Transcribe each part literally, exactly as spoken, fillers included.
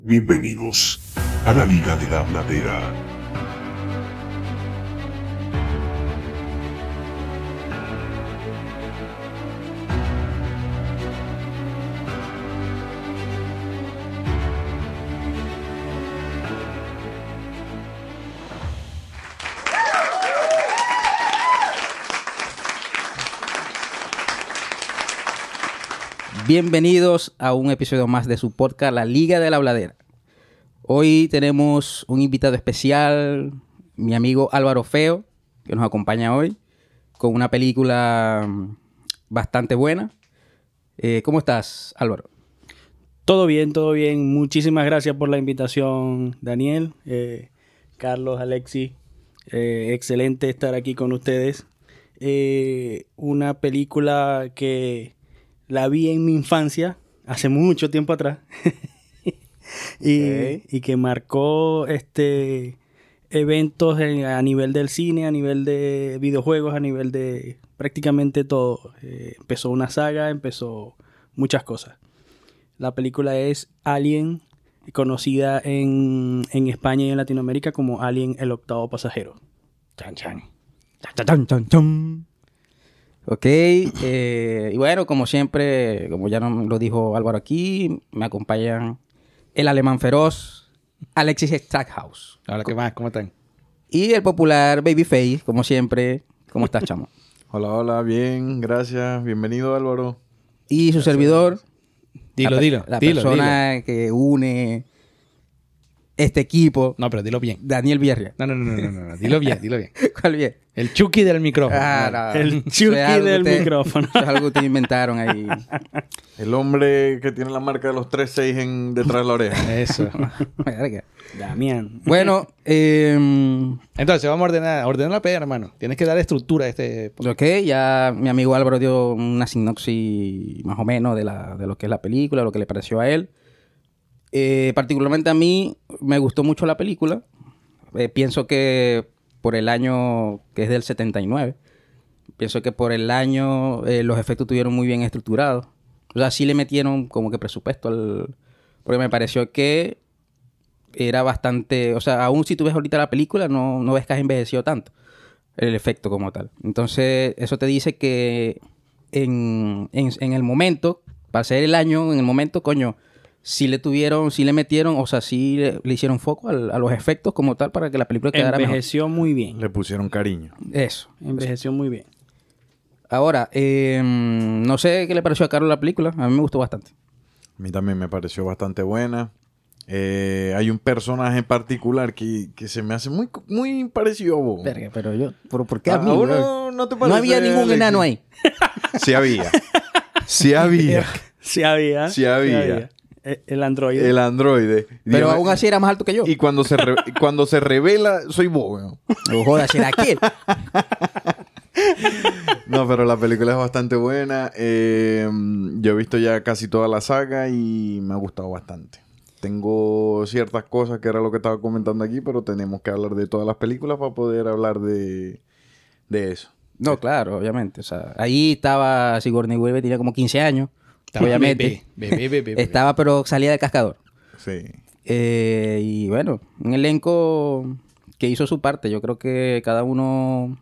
Bienvenidos a la Liga de la Bladera. Bienvenidos a un episodio más de su podcast La Liga de la Bladera. Hoy tenemos un invitado especial, mi amigo Álvaro Feo, que nos acompaña hoy con una película bastante buena. Eh, ¿Cómo estás, Álvaro? Todo bien, todo bien. Muchísimas gracias por la invitación, Daniel, eh, Carlos, Alexis. Eh, excelente estar aquí con ustedes. Eh, una película que la vi en mi infancia, hace mucho tiempo atrás, y, okay. y que marcó este eventos en, a nivel del cine, a nivel de videojuegos, a nivel de prácticamente todo. Eh, empezó una saga, empezó muchas cosas. La película es Alien, conocida en, en España y en Latinoamérica como Alien, el octavo pasajero. Chan, chan. Chan, chan, chan, chan. Ok, eh, y bueno, como siempre, como ya no lo dijo Álvaro aquí, me acompañan el alemán feroz, Alexis Stackhouse. Hola, ¿qué más? ¿Cómo están? Y el popular Babyface, como siempre. ¿Cómo estás, chamo? Hola, hola, bien, gracias. Bienvenido, Álvaro. Y su gracias. servidor, dilo, la, dilo, la dilo, persona dilo. que une este equipo. No, pero dilo bien. Daniel Villarreal. No, no, no, no, no, no. Dilo bien, dilo bien. ¿Cuál bien? El Chucky del micrófono. Ah, no. El Chucky del usted, micrófono. Eso es algo que ustedes inventaron ahí. El hombre que tiene la marca de los tres seis en detrás de la oreja. Eso. Damián. Bueno, eh, entonces vamos a ordenar, ordenar la pega, hermano. Tienes que dar estructura a este. Ok, ya mi amigo Álvaro dio una sinopsis más o menos de, la, de lo que es la película, lo que le pareció a él. Eh, particularmente a mí me gustó mucho la película. Eh, pienso que por el año que es del setenta y nueve, pienso que por el año eh, los efectos estuvieron muy bien estructurados. O sea, sí le metieron como que presupuesto al... Porque me pareció que era bastante... O sea, aún si tú ves ahorita la película, no, no ves que has envejecido tanto el efecto como tal. Entonces, eso te dice que en, en, en el momento, para ser el año, en el momento, coño... Sí le tuvieron, sí le metieron, o sea, sí le, le hicieron foco al, a los efectos como tal para que la película quedara mejor. Envejeció muy bien. Le pusieron cariño. Eso. Envejeció muy bien. Ahora, eh, no sé qué le pareció a Carlos la película. A mí me gustó bastante. A mí también me pareció bastante buena. Eh, hay un personaje en particular que, que se me hace muy, muy parecido a vos. Verga, pero yo... ¿Pero por qué a ¿A mí? uno no te parece? No había ningún Alexis? enano ahí. Sí había. Sí había. Sí había. Sí había. El, el androide. El androide. Pero Dígame, aún así era más alto que yo. Y cuando se, re, cuando se revela, soy vos, weón. No jodas, era aquel. No, pero la película es bastante buena. Eh, yo he visto ya casi toda la saga y me ha gustado bastante. Tengo ciertas cosas que era lo que estaba comentando aquí, pero tenemos que hablar de todas las películas para poder hablar de, de eso. No, claro, obviamente. O sea, ahí estaba Sigourney Weaver, tenía como quince años. Obviamente. Bebé, bebé, bebé, bebé. Estaba, pero salía del cascador. Sí. Eh, y bueno, un elenco que hizo su parte. Yo creo que cada uno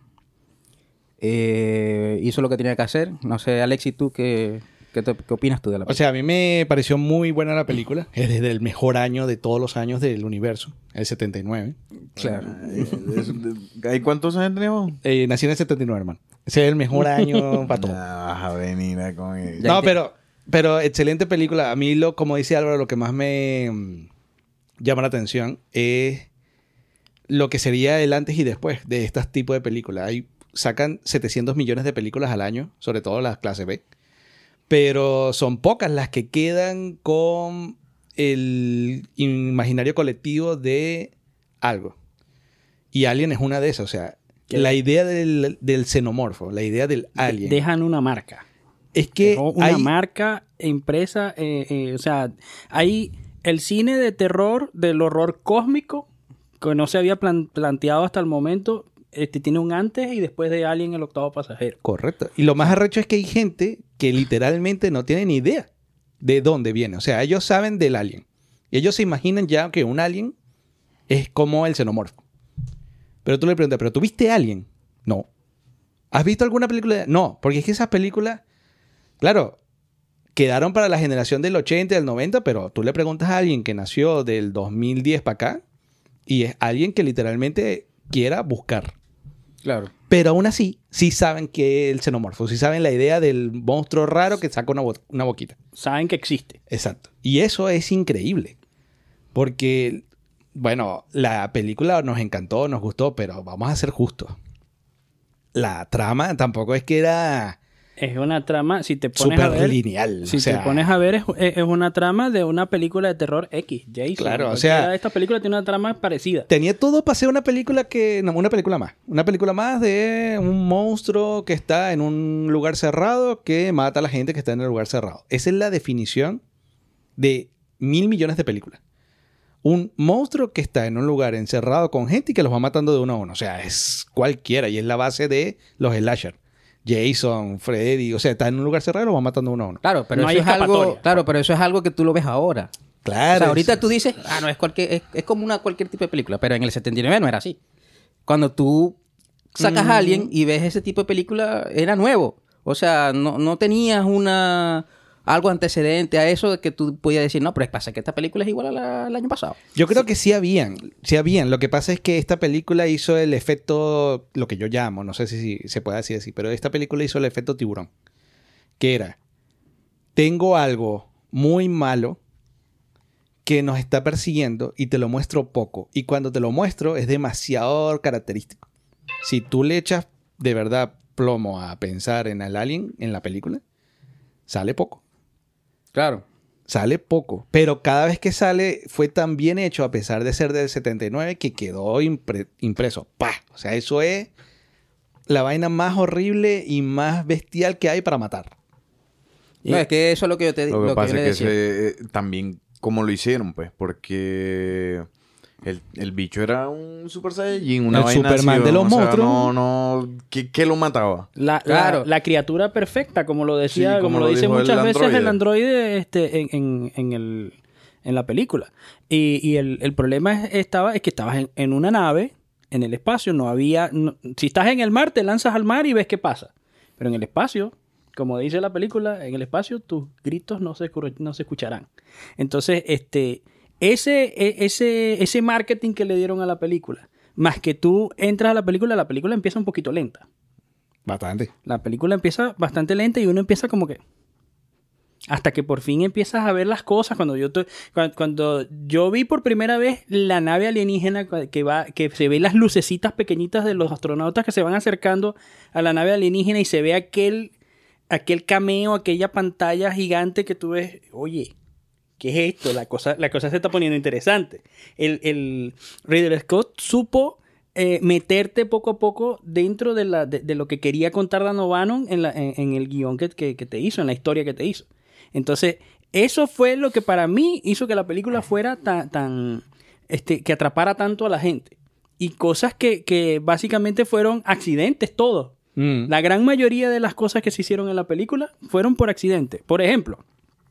eh, hizo lo que tenía que hacer. No sé, Alexis, ¿tú qué, qué, te, qué opinas tú de la película? O sea, a mí me pareció muy buena la película. Es desde el mejor año de todos los años del universo, el setenta y nueve. Claro. ¿Hay cuántos años teníamos? Eh, nací en el setenta y nueve, hermano. Ese es el mejor año para todo. Ya vas a venir a con él. No, pero, pero excelente película. A mí, lo, como dice Álvaro, lo que más me mm, llama la atención es lo que sería el antes y después de este tipo de películas. Hay, sacan setecientos millones de películas al año, sobre todo las clase B. Pero son pocas las que quedan con el imaginario colectivo de algo. Y Alien es una de esas. O sea, la idea del, del xenomorfo, la idea del alien. Dejan una marca. Es que Dejó una hay... marca impresa. Eh, eh, o sea, hay el cine de terror, del horror cósmico, que no se había plan- planteado hasta el momento. Este tiene un antes y después de Alien, el octavo pasajero. Correcto. Y lo más arrecho es que hay gente que literalmente no tiene ni idea de dónde viene. O sea, ellos saben del alien. Y ellos se imaginan ya que un alien es como el xenomorfo. Pero tú le preguntas, ¿pero tú viste Alien? No. ¿Has visto alguna película? De... No, porque es que esas películas, claro, quedaron para la generación del ochenta y del noventa, pero tú le preguntas a alguien que nació del dos mil diez para acá y es alguien que literalmente quiera buscar. Claro. Pero aún así, sí saben que es el xenomorfo. Sí saben la idea del monstruo raro que saca una, bo- una boquita. Saben que existe. Exacto. Y eso es increíble. Porque, bueno, la película nos encantó, nos gustó, pero vamos a ser justos. La trama tampoco es que era Es una trama, si te pones a súper ver... lineal. Si o sea, te pones a ver, es, es es una trama de una película de terror X, Jason. Claro, o sea- Cualquiera de esta película tiene una trama parecida. tenía todo para ser una película que... No, una película más. Una película más de un monstruo que está en un lugar cerrado que mata a la gente que está en el lugar cerrado. Esa es la definición de mil millones de películas. Un monstruo que está en un lugar encerrado con gente y que los va matando de uno a uno. O sea, es cualquiera y es la base de los slasher. Jason, Freddy, o sea, está en un lugar cerrado y los va matando uno a uno. Claro, pero No eso hay es algo, escapatoria. claro, pero eso es algo que tú lo ves ahora. Claro. O sea, ahorita es- tú dices, ah, no, es cualquier, es, es como una cualquier tipo de película, pero en el setenta y nueve no era así. Cuando tú sacas a alguien y ves ese tipo de película, era nuevo. O sea, no, no tenías una algo antecedente a eso de que tú podías decir, no, pero es pasa que esta película es igual a la del año pasado. Yo creo que sí habían, sí habían. Lo que pasa es que esta película hizo el efecto, lo que yo llamo, no sé si, si se puede decir así, pero esta película hizo el efecto tiburón. Que era, tengo algo muy malo que nos está persiguiendo y te lo muestro poco. Y cuando te lo muestro es demasiado característico. Si tú le echas de verdad plomo a pensar en el alien en la película, sale poco. Claro. Sale poco, pero cada vez que sale fue tan bien hecho, a pesar de ser del setenta y nueve, que quedó impre- impreso. ¡Pah! O sea, eso es la vaina más horrible y más bestial que hay para matar. No, es que eso es lo que yo te Lo que lo que pasa yo le es que decía. ese, eh, también como lo hicieron, pues, porque el, el bicho era un Super Saiyajin, una El vaina Superman así, de los o sea, monstruos. no, no, ¿qué, qué lo mataba? La, la- Claro. la criatura perfecta, como lo decía, Sí, como, como lo lo dice dijo el muchas veces androide. el androide este, en, en, en, el, en la película. Y, y el, el problema es, estaba, es que estabas en, en una nave, en el espacio, no había... no- si estás en el mar, te lanzas al mar y ves qué pasa. Pero en el espacio, como dice la película, en el espacio tus gritos no se, escu- no se escucharán. Entonces, este, ese, e- ese, ese marketing que le dieron a la película, más que tú entras a la película, la película empieza un poquito lenta. Bastante. La película empieza bastante lenta y uno empieza como que... Hasta que por fin empiezas a ver las cosas. Cuando yo, to- cuando, cuando yo vi por primera vez la nave alienígena que, va, que se ve las lucecitas pequeñitas de los astronautas que se van acercando a la nave alienígena y se ve aquel, aquel cameo, aquella pantalla gigante que tú ves, oye, ¿qué es esto? La cosa, la cosa se está poniendo interesante. El, el Ridley Scott supo eh, meterte poco a poco dentro de, la, de, de lo que quería contar Dan O'Bannon en, la, en, en el guión que, que, que te hizo, en la historia que te hizo. Entonces, eso fue lo que para mí hizo que la película fuera tan, tan este, que atrapara tanto a la gente. Y cosas que, que básicamente fueron accidentes todos. Mm. La gran mayoría de las cosas que se hicieron en la película fueron por accidente. Por ejemplo,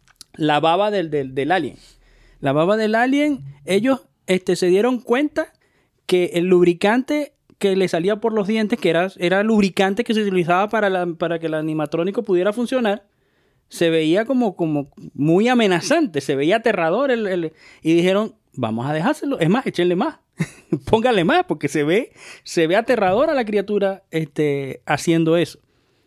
la baba del, del, del alien. La baba del alien, ellos este, se dieron cuenta que el lubricante que le salía por los dientes, que era, era lubricante que se utilizaba para, la, para que el animatrónico pudiera funcionar, se veía como, como muy amenazante, se veía aterrador. El, el- y dijeron, vamos a dejárselo. Es más, échenle más. Póngale más, porque se ve, se ve aterrador a la criatura este, haciendo eso.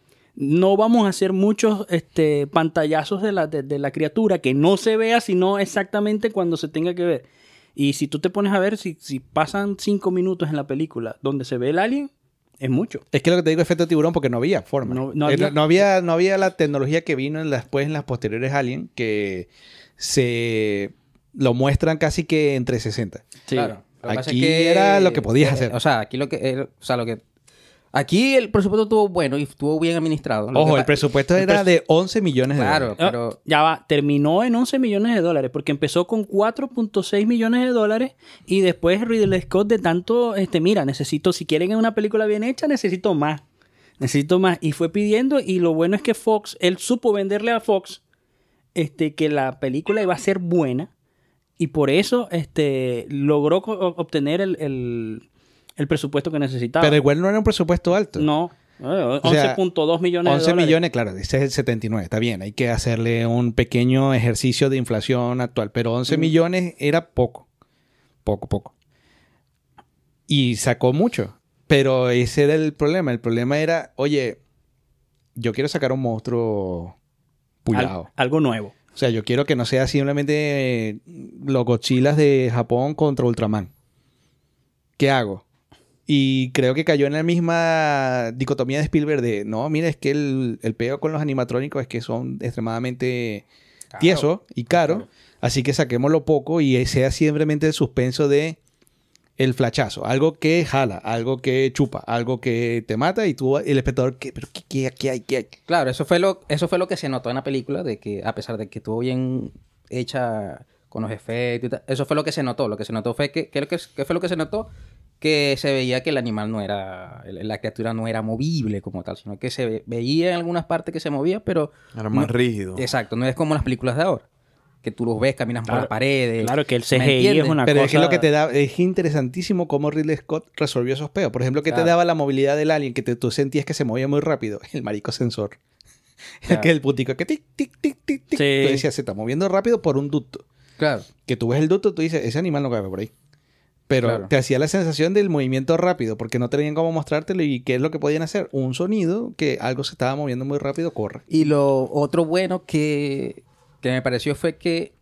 No vamos a hacer muchos este, pantallazos de la, de, de la criatura que no se vea sino exactamente cuando se tenga que ver. Y si tú te pones a ver, si, si pasan cinco minutos en la película donde se ve el alien, es mucho. Es que lo que te digo es efecto tiburón porque no había forma. No- no Eh, había- no había, no había la tecnología que vino en las- después en las posteriores Alien que se lo muestran casi que en trescientos sesenta. Claro. Lo que pasa Aquí era lo que podías eh, hacer. O sea, aquí lo que, eh, o sea, lo que aquí el presupuesto estuvo bueno y estuvo bien administrado. Lo Ojo, que el pa- presupuesto el era pres- de once millones de Claro, dólares. pero Ah, ya va, terminó en once millones de dólares, porque empezó con cuatro punto seis millones de dólares y después Ridley Scott de tanto, este, mira, necesito, si quieren una película bien hecha, necesito más, necesito más. Y fue pidiendo, y lo bueno es que Fox, él supo venderle a Fox este, que la película iba a ser buena y por eso este, logró co- obtener el, el, el presupuesto que necesitaba. Pero igual no era un presupuesto alto. No, eh, O sea, once punto dos millones de once dólares. millones, claro, ese es el setenta y nueve, está bien, hay que hacerle un pequeño ejercicio de inflación actual, pero once Mm. millones era poco, poco, poco. Y sacó mucho, pero ese era el problema, el problema era, oye, yo quiero sacar un monstruo puyado. Al- algo nuevo. O sea, yo quiero que no sea simplemente eh, los Godzillas de Japón contra Ultraman. ¿Qué hago? Y creo que cayó en la misma dicotomía de Spielberg de, no, mira, es que el, el peo con los animatrónicos es que son extremadamente tiesos y caros, así que saquémoslo poco y sea simplemente el suspenso de el flachazo, algo que jala, algo que chupa, algo que te mata y tú, el espectador, ¿qué, pero qué, qué, qué hay, qué hay? Claro, eso fue lo, eso fue lo que se notó en la película, de que a pesar de que estuvo bien hecha con los efectos y tal, eso fue lo que se notó. Lo que se notó fue que, ¿qué, que, ¿qué fue lo que se notó? Que se veía que el animal no era, la criatura no era movible como tal, sino que se ve- veía en algunas partes que se movía, pero... Era más no- rígido. Exacto, no es como las películas de ahora, que tú los ves, caminan por Claro, las paredes. claro que el ¿me C G I es entiendes? una Pero cosa... es que lo que te da, es interesantísimo cómo Ridley Scott resolvió esos peos. Por ejemplo, que te Claro. daba la movilidad del alien, que te- tú sentías que se movía muy rápido. El marico sensor. Claro. Que el puntico que tic, tic, tic, tic, tic. Sí. Tú decías, se está moviendo rápido por un ducto. Claro. Que tú ves el ducto, tú dices, ese animal no cabe por ahí. Pero Claro. te hacía la sensación del movimiento rápido, porque no tenían cómo mostrártelo. ¿Y qué es lo que podían hacer? Un sonido que algo se estaba moviendo muy rápido, corre. Y lo otro bueno que, que me pareció fue que,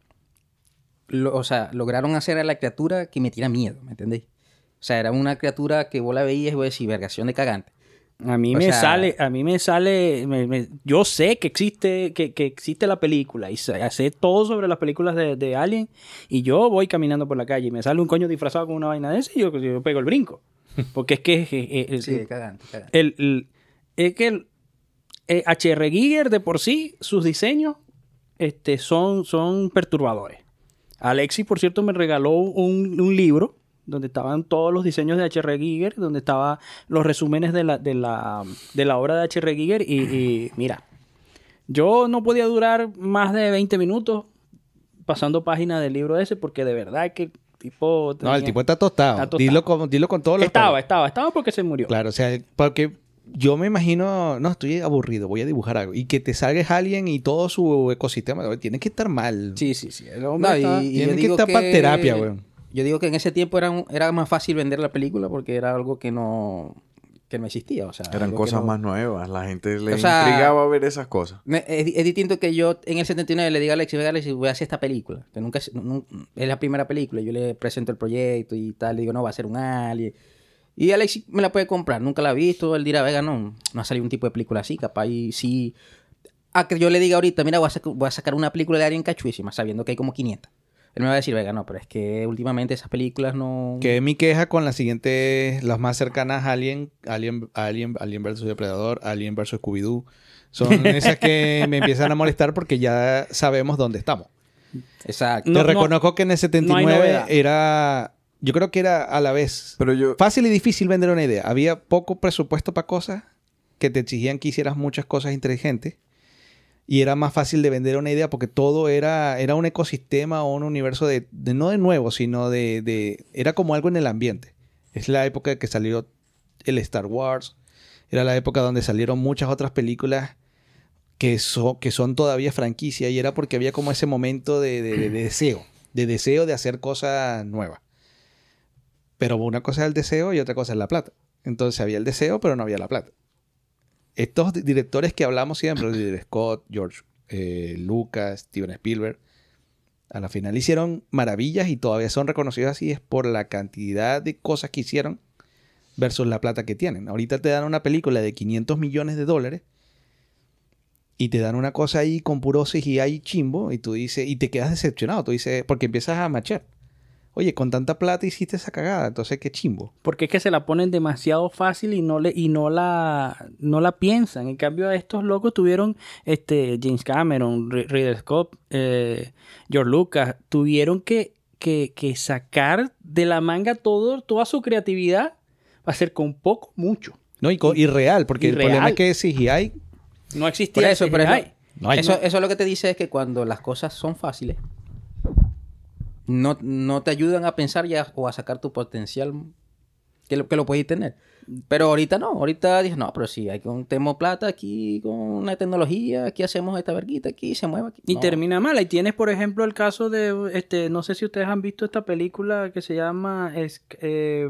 lo- o sea, lograron hacer a la criatura que me tira miedo, ¿me entendéis? O sea, era una criatura que vos la veías y vos decís, vergación de cagante. A mí O me sea- sale, a mí me sale, me- me- yo sé que existe, que, que existe la película y sé, sé todo sobre las películas de, de Alien y yo voy caminando por la calle y me sale un coño disfrazado con una vaina de ese y yo, yo pego el brinco. Porque es que eh, eh, el, Sí, cagante, cagante. el- el- es que el, eh, H R. Giger de por sí, sus diseños este, son, son perturbadores. Alexis, por cierto, me regaló un, un libro donde estaban todos los diseños de H R. Giger, donde estaban los resúmenes de la, de la, de la obra de H R. Giger. Y, y mira, yo no podía durar más de veinte minutos pasando páginas del libro ese, porque de verdad que el tipo... No, el tenía- tipo está tostado. Está tostado. Dilo, con, dilo con todos los Estaba, palos. estaba, estaba porque se murió. Claro, o sea, porque yo me imagino, no, estoy aburrido, voy a dibujar algo. Y que te salga alguien y todo su ecosistema, tiene que estar mal. Sí, sí, sí. El hombre No, y, estaba- y tiene yo que digo estar pa' terapia, weón. Yo digo que en ese tiempo era, un- era más fácil vender la película porque era algo que no, que no existía. O sea, Eran algo que cosas no- más nuevas. La gente le O sea- intrigaba ver esas cosas. Ne- Es, es distinto que yo en el setenta y nueve le diga a Alexis, "Venga, Alexis, voy a hacer esta película. Que nunca es, nu- es la primera película. Yo le presento el proyecto y tal. Le digo, no, va a ser un alien. Y Alexis me la puede comprar. Nunca la ha visto. Él dirá, venga, no, no ha salido un tipo de película así. Capaz y sí. A que yo le diga ahorita, mira, voy a, sac- voy a sacar una película de Alien cachuísima, sabiendo que hay como quinientas. Él me va a decir, venga, no, pero es que últimamente esas películas no... Que es mi queja con las siguientes, las más cercanas a Alien, Alien, Alien, Alien versus Depredador, Alien versus Scooby-Doo. Son esas que me empiezan a molestar porque ya sabemos dónde estamos. Exacto. No, Te reconozco que en el setenta y nueve no hay novedad. era... Yo creo que era a la vez Pero yo... fácil y difícil vender una idea. Había poco presupuesto para cosas que te exigían que hicieras muchas cosas inteligentes. Y era más fácil de vender una idea porque todo era, era un ecosistema o un universo de, de no de nuevo, sino de, de... Era como algo en el ambiente. Es la época que salió el Star Wars. Era la época donde salieron muchas otras películas que, so- que son todavía franquicia. Y era porque había como ese momento de, de- de- de deseo. De deseo de hacer cosas nuevas. Pero una cosa es el deseo y otra cosa es la plata. Entonces había el deseo, pero no había la plata. Estos di- directores que hablamos siempre, Ridley Scott, George eh, Lucas, Steven Spielberg, a la final hicieron maravillas y todavía son reconocidos así es por la cantidad de cosas que hicieron versus la plata que tienen. Ahorita te dan una película de quinientos millones de dólares y te dan una cosa ahí con puro C G I chimbo y tú dices, y te quedas decepcionado, tú dices, porque empiezas a machar. Oye, con tanta plata hiciste esa cagada, entonces qué chimbo. Porque es que se la ponen demasiado fácil y no le y no la no la piensan. En cambio, estos locos tuvieron este James Cameron, R- Ridley Scott, eh, George Lucas, tuvieron que, que, que sacar de la manga todo, toda su creatividad para hacer con poco, mucho. No, y, co- y real, porque Y el problema real. es que C G I No existía Por eso, ese por C G I. eso, No hay- eso, no. eso lo que te dice es que cuando las cosas son fáciles, no, no te ayudan a pensar ya o a sacar tu potencial que lo, que lo puedes tener. Pero ahorita no, ahorita dije, no, pero sí, hay con, tenemos plata aquí con una tecnología, aquí hacemos esta verguita, aquí se mueve aquí. Y No. termina mal. Ahí tienes, por ejemplo, el caso de, este, no sé si ustedes han visto esta película que se llama, es, eh,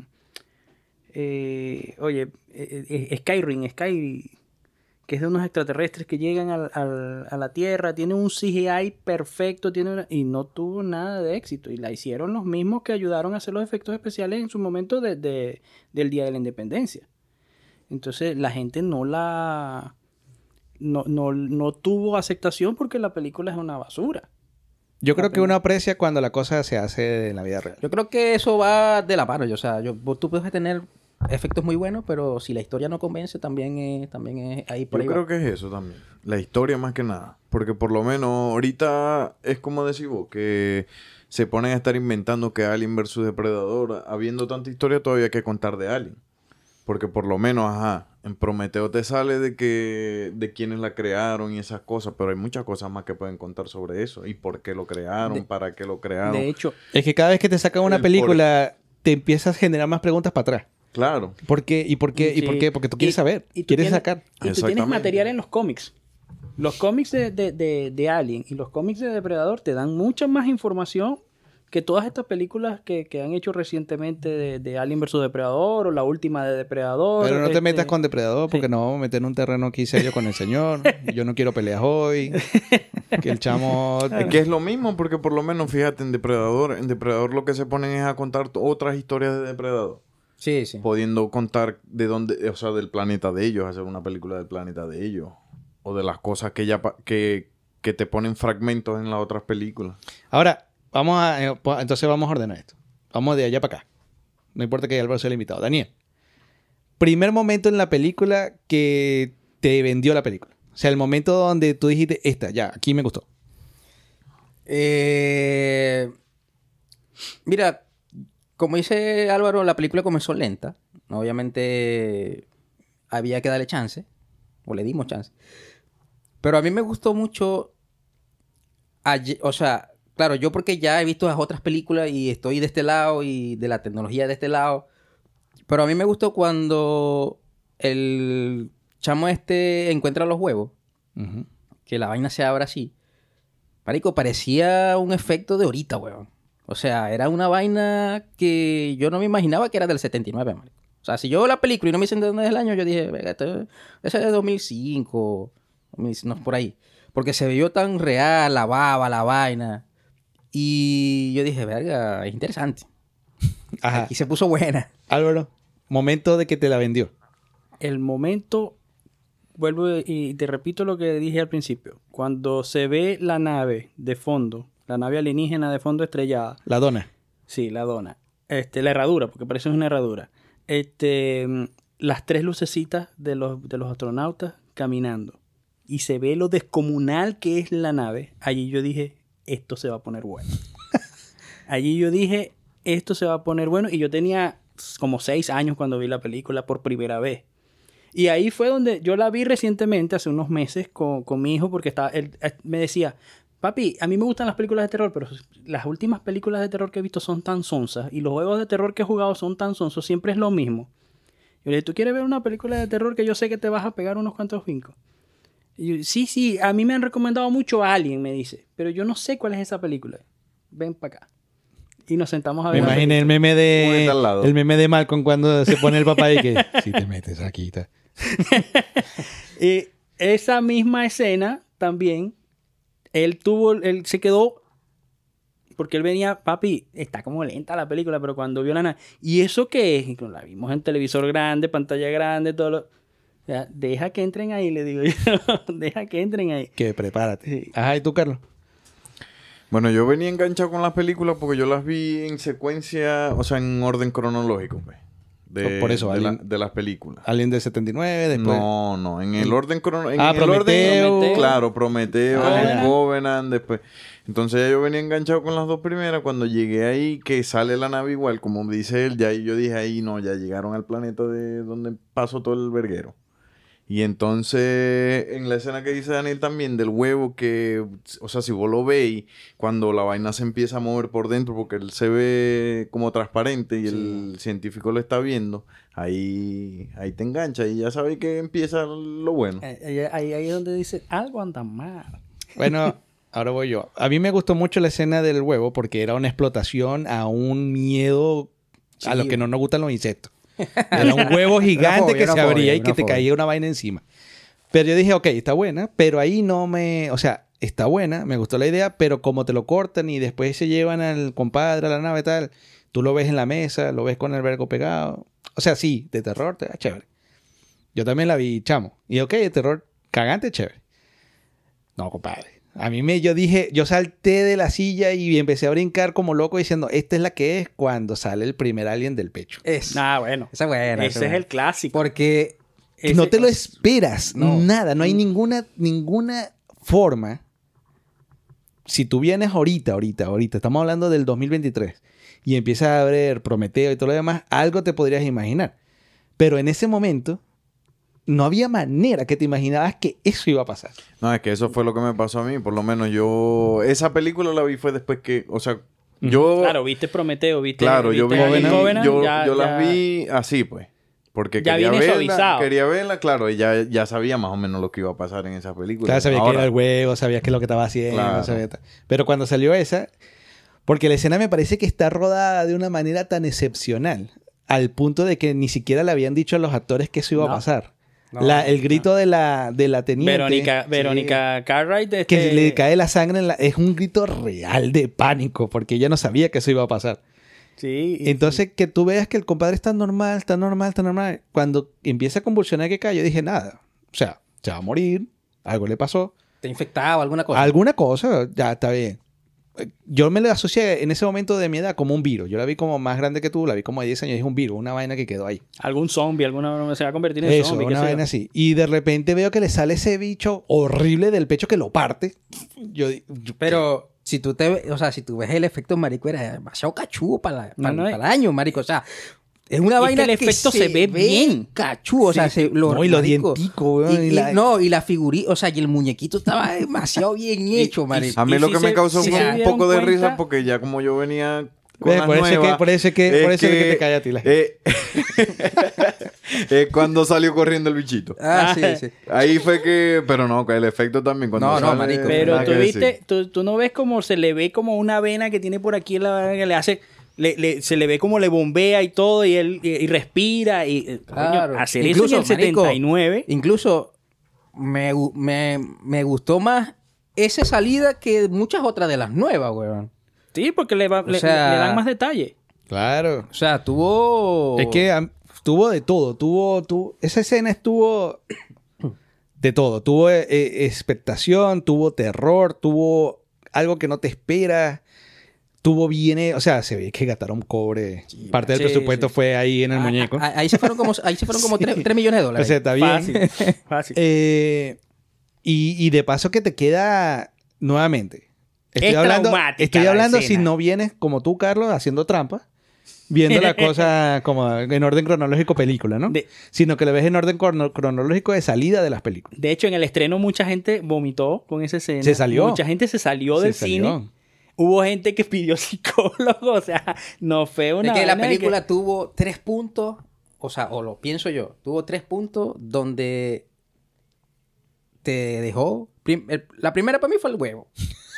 eh, oye, eh, eh, Skyrim, Skyrim, que es de unos extraterrestres que llegan al, al, a la Tierra, tiene un C G I perfecto, tiene una, y no tuvo nada de éxito. Y la hicieron los mismos que ayudaron a hacer los efectos especiales en su momento de, de, del Día de la Independencia. Entonces la gente no la... No, no, no tuvo aceptación porque la película es una basura. Yo creo que uno aprecia cuando la cosa se hace en la vida real. Yo creo que eso va de la mano. Yo, o sea, yo, tú puedes tener efectos muy buenos, pero si la historia no convence, también es, también es ahí por Yo ahí creo va. que es eso también. La historia más que nada. Porque por lo menos ahorita es como decís vos, que se ponen a estar inventando que Alien versus Depredador. Habiendo tanta historia todavía hay que contar de Alien. Porque por lo menos, ajá, en Prometeo te sale de que de quiénes la crearon y esas cosas, pero hay muchas cosas más que pueden contar sobre eso. Y por qué lo crearon, De- para qué lo crearon. De hecho, Es que cada vez que te sacan una El película, te empiezas a generar más preguntas para atrás. Claro. ¿Por qué? ¿Y por qué? ¿Y sí. por qué? Porque tú quieres Y- saber. y tú Quieres tienes- sacar. Y tú tienes Exactamente. material en los cómics. Los cómics de, de, de, de Alien y los cómics de Depredador te dan mucha más información que todas estas películas que, que han hecho recientemente de, de Alien versus Depredador o la última de Depredador. Pero no te este, metas con Depredador porque sí. nos vamos a meter en un terreno aquí serio con el señor. Yo no quiero peleas hoy. Que el chamo... Es que es lo mismo, porque por lo menos, fíjate, en Depredador, en Depredador lo que se ponen es a contar t- otras historias de Depredador. Sí, sí. Pudiendo contar de dónde, o sea, del planeta de ellos, hacer una película del planeta de ellos. O de las cosas que ya pa- que, que te ponen fragmentos en las otras películas. Ahora, vamos a... eh, pues, entonces vamos a ordenar esto. Vamos de allá para acá. No importa que Álvaro sea el invitado. Daniel. Primer momento en la película que te vendió la película. O sea, el momento donde tú dijiste, esta, ya, aquí me gustó. Eh, mira, como dice Álvaro, la película comenzó lenta. Obviamente había que darle chance. O le dimos chance. Pero a mí me gustó mucho... ayer- o sea, claro, yo porque ya he visto las otras películas y estoy de este lado y de la tecnología de este lado. Pero a mí me gustó cuando el chamo este encuentra los huevos. Ujú. Que la vaina se abra así. Marico, parecía un efecto de ahorita, weón. O sea, era una vaina que yo no me imaginaba que era del setenta y nueve, marico. O sea, si yo veo la película y no me dicen de dónde es el año, yo dije, venga, esto- ese es de dos mil cinco, dos mil, no, por ahí. Porque se vio tan real, la baba, la vaina. Y yo dije, verga, es interesante. Ajá. Aquí se puso buena. Álvaro, momento de que te la vendió. El momento, vuelvo y te repito lo que dije al principio. Cuando se ve la nave de fondo, la nave alienígena de fondo estrellada. La dona. Sí, la dona. Este, la herradura, porque parece una herradura. Este, mm, las tres lucecitas de los, de los astronautas caminando. Y se ve lo descomunal que es la nave. Allí yo dije, esto se va a poner bueno. Allí yo dije, esto se va a poner bueno. Y yo tenía como seis años cuando vi la película por primera vez. Y ahí fue donde yo la vi recientemente, hace unos meses, con, con mi hijo, porque estaba, él, él me decía, papi, a mí me gustan las películas de terror, pero las últimas películas de terror que he visto son tan sonsas y los juegos de terror que he jugado son tan sonsos, siempre es lo mismo. Yo le dije, ¿tú quieres ver una película de terror que yo sé que te vas a pegar unos cuantos brincos? Y yo, sí, sí, a mí me han recomendado mucho Alien, me dice, pero yo no sé cuál es esa película. Ven para acá. Y nos sentamos a Me ver. la imaginé el película. meme Ponete al de... lado. El meme de Malcolm cuando se pone el papá ahí que... Si te metes aquí, ta. Y esa misma escena también, él tuvo, él se quedó, porque él venía, papi, está como lenta la película, pero cuando vio la nave, ¿y eso qué es? Y la vimos en televisor grande, pantalla grande, todo lo... O sea, deja que entren ahí, le digo yo, deja que entren ahí. Que prepárate. Sí. Ajá, ¿y tú, Carlos? Bueno, yo venía enganchado con las películas porque yo las vi en secuencia, o sea, en orden cronológico, pues. De, Por eso, de, la- Alien- de las películas. Alien del setenta y nueve, después... No, no, en el orden cronológico. Ah, en el Prometeo. orden, claro, Prometeo, Ah, ya. Covenant, después. Entonces ya yo venía enganchado con las dos primeras. Cuando llegué ahí, que sale la nave igual, como dice él, ya ahí yo dije ahí, no, ya llegaron al planeta de donde pasó todo el verguero. Y entonces, en la escena que dice Daniel también del huevo, que, o sea, si vos lo veis, cuando la vaina se empieza a mover por dentro, porque él se ve como transparente y sí. el científico lo está viendo, ahí, ahí te engancha y ya sabes que empieza lo bueno. Ahí, ahí, ahí es donde dice, algo anda mal. Bueno, ahora voy yo. A mí me gustó mucho la escena del huevo porque era una explotación a un miedo sí. a lo que no nos gustan los insectos. Era un huevo gigante fobia, que se abría fobia, y que te fobia. caía una vaina encima. Pero yo dije, ok, está buena, pero ahí no me... O sea, está buena, me gustó la idea, pero como te lo cortan y después se llevan al compadre a la nave y tal, tú lo ves en la mesa, lo ves con el vergo pegado. O sea, sí, de terror, te da chévere. Yo también la vi, chamo. Y ok, de terror cagante, chévere. No, compadre. A mí me, yo dije, yo salté de la silla y empecé a brincar como loco diciendo, esta es la que es cuando sale el primer alien del pecho. Es. Ah, bueno. Esa es buena. Ese es el clásico. Porque ese, no te lo esperas. No. Nada. No hay ninguna, ninguna forma. Si tú vienes ahorita, ahorita, ahorita, estamos hablando del dos mil veintitrés y empiezas a ver Prometeo y todo lo demás, algo te podrías imaginar. Pero en ese momento... no había manera que te imaginabas que eso iba a pasar. No, es que eso fue lo que me pasó a mí. Por lo menos yo... Esa película la vi fue después que... O sea, yo... Claro, viste Prometeo, viste... Claro, viste yo vi... Covenant, Covenant, yo ya, yo ya... las vi así, pues. Porque ya quería viene verla, suavizado. quería verla, claro. Y ya, ya sabía más o menos lo que iba a pasar en esa película. Claro, sabía Ahora, que era el huevo, sabías que es lo que estaba haciendo. Claro. Sabía... Pero cuando salió esa... Porque la escena me parece que está rodada de una manera tan excepcional. Al punto de que ni siquiera le habían dicho a los actores que eso iba no. a pasar. No, la, el grito no. de la de la teniente Verónica, sí, Verónica Cartwright este... que le cae la sangre en la, es un grito real de pánico porque ella no sabía que eso iba a pasar. Sí, entonces sí. que tú veas que el compadre está normal, está normal, está normal, cuando empieza a convulsionar que cae, yo dije nada, o sea, se va a morir, algo le pasó, te infectado, alguna cosa, alguna cosa, ya está bien. Yo me lo asocié en ese momento de mi edad como un virus. Yo la vi como más grande que tú, la vi como de diez años y es un virus, una vaina que quedó ahí. Algún zombie, alguna se va a convertir en Eso, zombie. Una vaina así. Y de repente veo que le sale ese bicho horrible del pecho que lo parte. Yo, yo Pero si tú te, o sea, si tú ves el efecto marico era demasiado cachudo para, la, para, no, no, para el año, marico. O sea, es una vaina que el efecto se, se ve bien cachudo, sí. o sea, se, lo, no, y los dienticos, y, y, y la... no, y la figurita, o sea, y el muñequito estaba demasiado bien hecho, marico. A mí y lo si que se, me causó si fue un poco de cuenta... risa porque ya como yo venía con Ve, las por, nuevas, eso que, por eso que por eso que, que te cae a ti la gente. Eh, eh, cuando salió corriendo el bichito. Ah, sí, sí. Ahí fue que, pero no, el efecto también cuando no, sale, no, marico. Pero tú viste, tú, tú no ves como se le ve como una vena que tiene por aquí en la que le hace Le, le, se le ve como le bombea y todo y él y, y respira y claro. coño, hacer incluso, eso en el setenta y nueve marico, incluso me, me, me gustó más esa salida que muchas otras de las nuevas, weón. Sí, porque le, va, le, sea, le, le dan más detalle. Claro. O sea, tuvo... Es que um, tuvo de todo. Tuvo, tuvo... Esa escena estuvo de todo. Tuvo eh, expectación, tuvo terror, tuvo algo que no te esperas. Tuvo bien... O sea, se ve que gastaron cobre. Sí, parte del sí, presupuesto sí. fue ahí en el ah, muñeco. Ah, ahí se fueron como, ahí se fueron como sí. tres millones de dólares. O sea, está bien. Fácil. Fácil. Eh, y, y de paso que te queda... Nuevamente. Estoy es hablando, estoy hablando si no vienes como tú, Carlos, haciendo trampa. Viendo la cosa como en orden cronológico película, ¿no? De, sino que le ves en orden crono, cronológico de salida de las películas. De hecho, en el estreno mucha gente vomitó con esa escena. Se salió. Mucha gente se salió del se cine. Salió. Hubo gente que pidió psicólogo. O sea, no fue una... Es que la película que... tuvo tres puntos, o sea, o lo pienso yo, tuvo tres puntos donde te dejó... Prim, el, la primera para mí fue el huevo.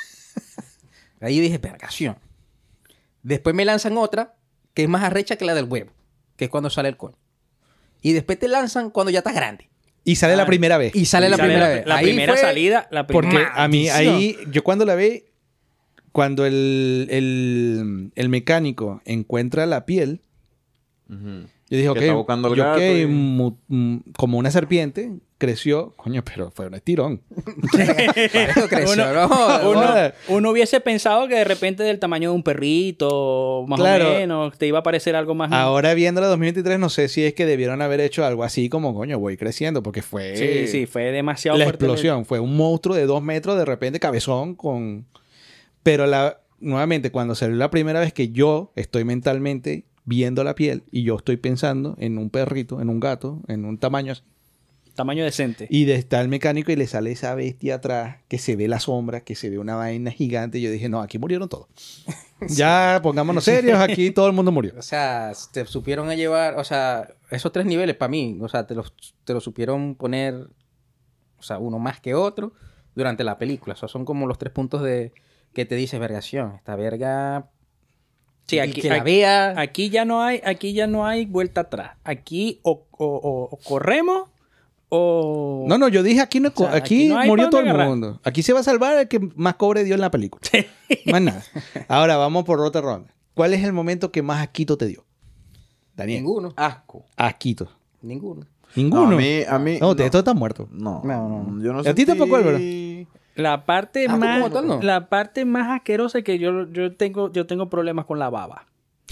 Ahí dije, vergación. Después me lanzan otra que es más arrecha que la del huevo, que es cuando sale el coño. Y después te lanzan cuando ya estás grande. Y sale ah, la primera vez. Y sale y la sale primera la, vez. La ahí primera fue... salida, la primera. Porque a mí ahí, yo cuando la vi, cuando el, el, el mecánico encuentra la piel, uh-huh. yo dije, ok, yo que y... mu, mu, como una serpiente, creció, coño, pero fue un estirón. creció, uno, no, uno, uno hubiese pensado que de repente del tamaño de un perrito, más claro, o menos, te iba a parecer algo más... Ahora viendo la dos mil veintitrés, no sé si es que debieron haber hecho algo así como, coño, voy creciendo, porque fue... Sí, sí, fue demasiado la fuerte. La explosión, fue un monstruo de dos metros, de repente cabezón, con... Pero la nuevamente, cuando salió la primera vez que yo estoy mentalmente viendo la piel y yo estoy pensando en un perrito, en un gato, en un tamaño así, tamaño decente. Y de- está el mecánico y le sale esa bestia atrás, que se ve la sombra, que se ve una vaina gigante. Y yo dije, no, aquí murieron todos. Ya, pongámonos serios, aquí todo el mundo murió. O sea, te supieron a llevar, o sea, esos tres niveles para mí, o sea, te los, te los supieron poner, o sea, uno más que otro durante la película. O sea, son como los tres puntos de que te dices, vergación, esta verga... Sí, y aquí, que la aquí- vea... aquí ya no hay, aquí ya no hay vuelta atrás. Aquí o, o- o- o corremos o... No, no, yo dije aquí, no, O sea, aquí, aquí no hay murió pa' todo dónde el agarrar. mundo. Aquí se va a salvar el que más cobre dio en la película. Más nada. Ahora vamos por otra ronda. ¿Cuál es el momento que más asquito te dio? Daniel. Ninguno. Asco. Asquito. Ninguno. Ninguno. No, a mí... A mí No, ustedes todos están muertos. No, No, no. yo no ¿A ti sentí- tampoco, Álvaro? La parte Ah, más, como tal, no. la parte más asquerosa es que yo, yo tengo, yo tengo problemas con la baba.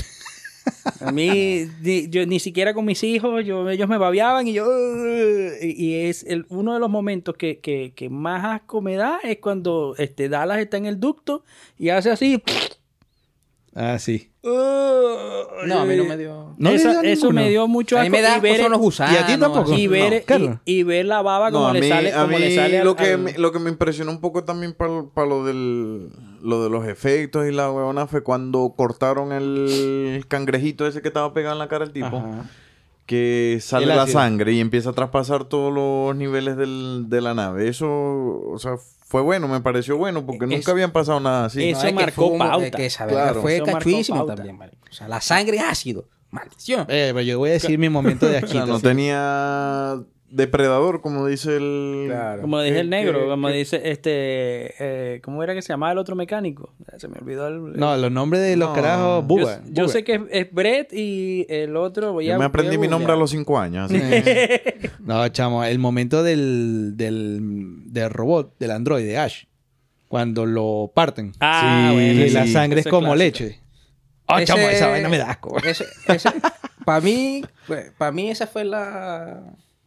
A mí, ni, yo, ni siquiera con mis hijos, yo, ellos me babeaban y yo... "Ugh", y, y es el, uno de los momentos que, que, que más asco me da es cuando este, Dallas está en el ducto y hace así... Ah, sí. No, a mí no me dio... No le Esa- dio eso ninguno. me dio mucho A asco. mí me da y ver, son los gusanos. ¿Y a ti tampoco? y ver, No, y- Carlos. y, ver la baba como No, a le mí, sale, a como mí le sale al- lo, que al- me, lo que me impresionó un poco también para lo del lo de los efectos y la huevona fue cuando cortaron el cangrejito ese que estaba pegado en la cara del tipo. Ajá. Que sale El la ácido. sangre y empieza a traspasar todos los niveles del, de la nave. Eso, o sea, fue bueno, me pareció bueno, porque Es- nunca habían pasado nada así. Eso es que marcó fue un- pauta. es que esa verga Claro. fue Eso marcó cachuísimo pauta. también, marico. O sea, la sangre es ácido. Maldición. Eh, pero yo voy a decir mi momento de O asquito. sea, no sí. tenía depredador, como dice el... Claro. Como dije que- el negro, que- como que- dice este, eh, ¿cómo era que se llamaba el otro mecánico? Se me olvidó el... No, los nombres de los No. carajos, yo, Buga. yo Buga. sé que es, es Brett y el otro voy a Yo me aprendí voy mi nombre a googlear. los cinco años. Así que- No, chamo, el momento del, del, del robot, del androide, Ash, cuando lo parten. Ah, Sí, bueno, y sí. la sangre es Ese como clásico. leche. Ah, chamo, esa vaina me da asco. Para mí, para mí esa fue la...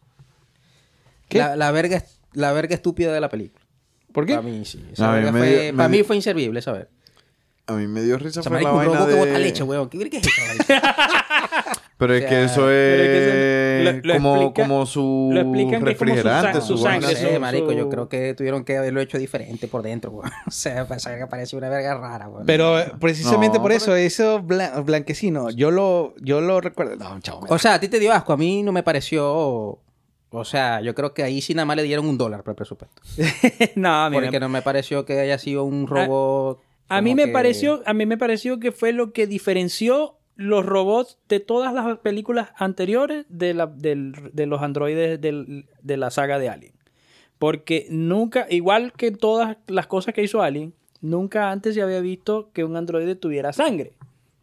¿Qué? La, la verga, la verga estúpida de la película. ¿Por qué? Para mí, sí. A Esa mí verga me fue, dio- me para mí dio- fue inservible esa verga. A mí me dio risa O sea, fue la marico, un vaina robot que bota de... leche, weón. ¿Qué verga es eso, marico? Pero es O que sea, eso pero es que es eso lo- lo como, explica- como su lo explican que es como su refrigerante, sa- su, su vaina. No sangre, sé, su- marico. su- Yo creo que tuvieron que haberlo hecho diferente por dentro, weón. O sea, esa verga parece una verga rara, weón. Pero eh, precisamente No, por pero- eso, eso blan- blanquecino, yo lo, yo lo recuerdo. No, chavo. O sea, a ti te dio asco. A mí no me pareció... O sea, yo creo que ahí sí nada más le dieron un dólar para el presupuesto. No, a mí me- Porque no me pareció que haya sido un robot... A mí como me que- pareció, a mí me pareció que fue lo que diferenció los robots de todas las películas anteriores de, la, del- de los androides del- de la saga de Alien. Porque nunca, igual que todas las cosas que hizo Alien, nunca antes se había visto que un androide tuviera sangre.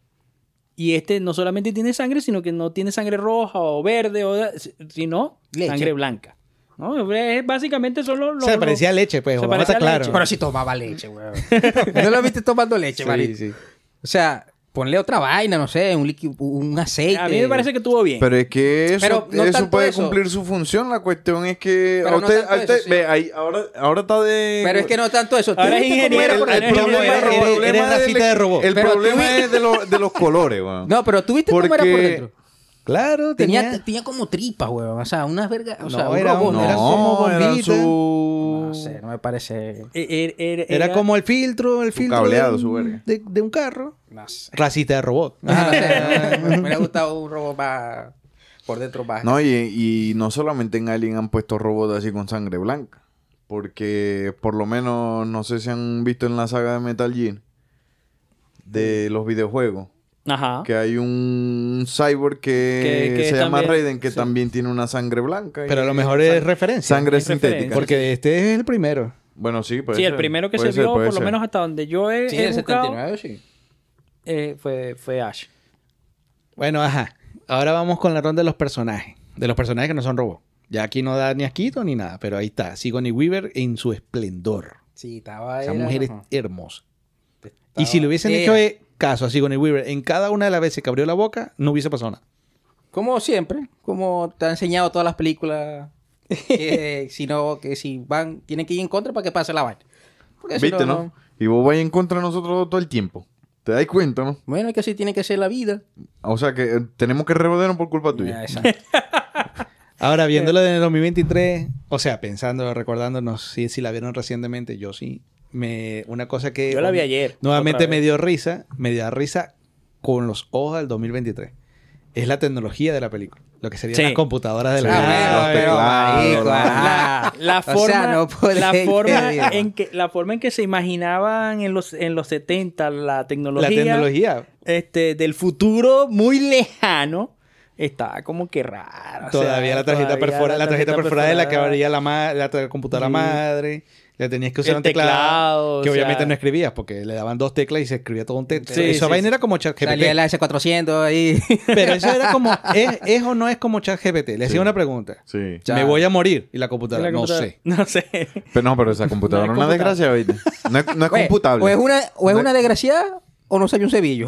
Y este no solamente tiene sangre, sino que no tiene sangre roja o verde, o, sino Leche. sangre blanca. ¿No? Es, básicamente solo O los... sea, parecía leche, pues. se Vamos a parecía estar claro. leche. Pero si tomaba leche, weón. ¿No lo viste tomando leche, Sí, marico? sí. O sea, ponle otra vaina, no sé, un líquido, un aceite. A mí me parece que estuvo bien. Pero es que eso, Pero no eso tanto puede eso. cumplir su función. La cuestión es que... Pero a no usted, tanto a usted- eso, sí. ve, ahí, ahora, ahora está de... Pero es que no tanto eso. ¿Tú Ahora es viste cómo ingeniero, era por el- dentro? el Pero problema- tú- eres- eres del- racita de robot. El Pero tú problema vi- es de, los de los colores, weón. No, pero tú viste cómo era por Porque- dentro. Claro, Tenía, tenía... tenía como tripas, weón. O sea, unas vergas. O sea, No, un era robot. un- No, era como era bombita. su... No sé, no me parece. E- e- era, Era como el filtro, el Su filtro cableado, de, su un- verga. de, de un carro. No sé. Racita de robot. No sé, me hubiera gustado un robot más. Por dentro más. No, y, y no solamente en Alien han puesto robots así con sangre blanca. Porque por lo menos, no sé si han visto en la saga de Metal Gear, de los videojuegos, Ajá. que hay un cyborg que, Que- que se llama también- Raiden, que sí. también tiene una sangre blanca. y- Pero a lo mejor es referencia. Sangre es sintética. referencia. Porque este es el primero. Bueno, sí, puede Sí, ser. el primero que Puede se ser, vio, puede por lo ser. menos hasta donde yo he, Sí, he el buscado, setenta y nueve, sí. eh, fue, fue Ash. Bueno, ajá. Ahora vamos con la ronda de los personajes. De los personajes que no son robots. Ya aquí no da ni asquito ni nada. Pero ahí está. Sigourney Weaver en su esplendor. Sí, estaba. Esa era- mujer es ajá. hermosa. Estaba- Y si le hubiesen era- hecho eh, caso a Sigourney Weaver en cada una de las veces que abrió la boca, no hubiese pasado nada. Como siempre, como te ha enseñado todas las películas, que, si no, que si van, tienen que ir en contra para que pase la vaina. Porque si ¿Viste, no? Y vos vais en contra de nosotros todo el tiempo. ¿Te das cuenta, no? Bueno, es que así tiene que ser la vida. O sea que eh, tenemos que revolvernos por culpa Ya, tuya. exacto. Ahora, viéndolo en el dos mil veintitrés, o sea, pensando, recordándonos si, si la vieron recientemente, yo sí. Me, una cosa que... Yo la vi ayer. Nuevamente otra me vez. dio risa, me dio risa con los ojos del dos mil veintitrés. Es la tecnología de la película. Lo que serían Sí. las computadoras de la Sí. película. los Ah, pero, teclados, marico, la- ajá. La O forma, sea, no puede la, ser forma que- en que, la forma en que se imaginaban en los, en los setenta la La tecnología, tecnología. Este, del futuro muy lejano estaba como que rara. o Todavía sea, la tarjeta todavía perforada, la tarjeta perforada es la que perforada. abría la, ma- la tra- computadora Sí. madre. Le tenías que usar El un teclado, teclado, que o obviamente sea- no escribías porque le daban dos teclas y se escribía todo un texto. Sí, Esa sí, vaina sí. era como ChatGPT. Salía la ese cuatrocientos ahí. Pero eso era como, ¿es, es o no es como ChatGPT? Le hacía Sí. una pregunta. Sí. Ya. Me voy a morir. Y la Y computadora, la no computadora- sé. No sé. Pero no, pero esa computadora No es es una desgracia, ¿viste? No es, no es Oye, computable. O es una, o es No una desgraciada o no sale un cebillo.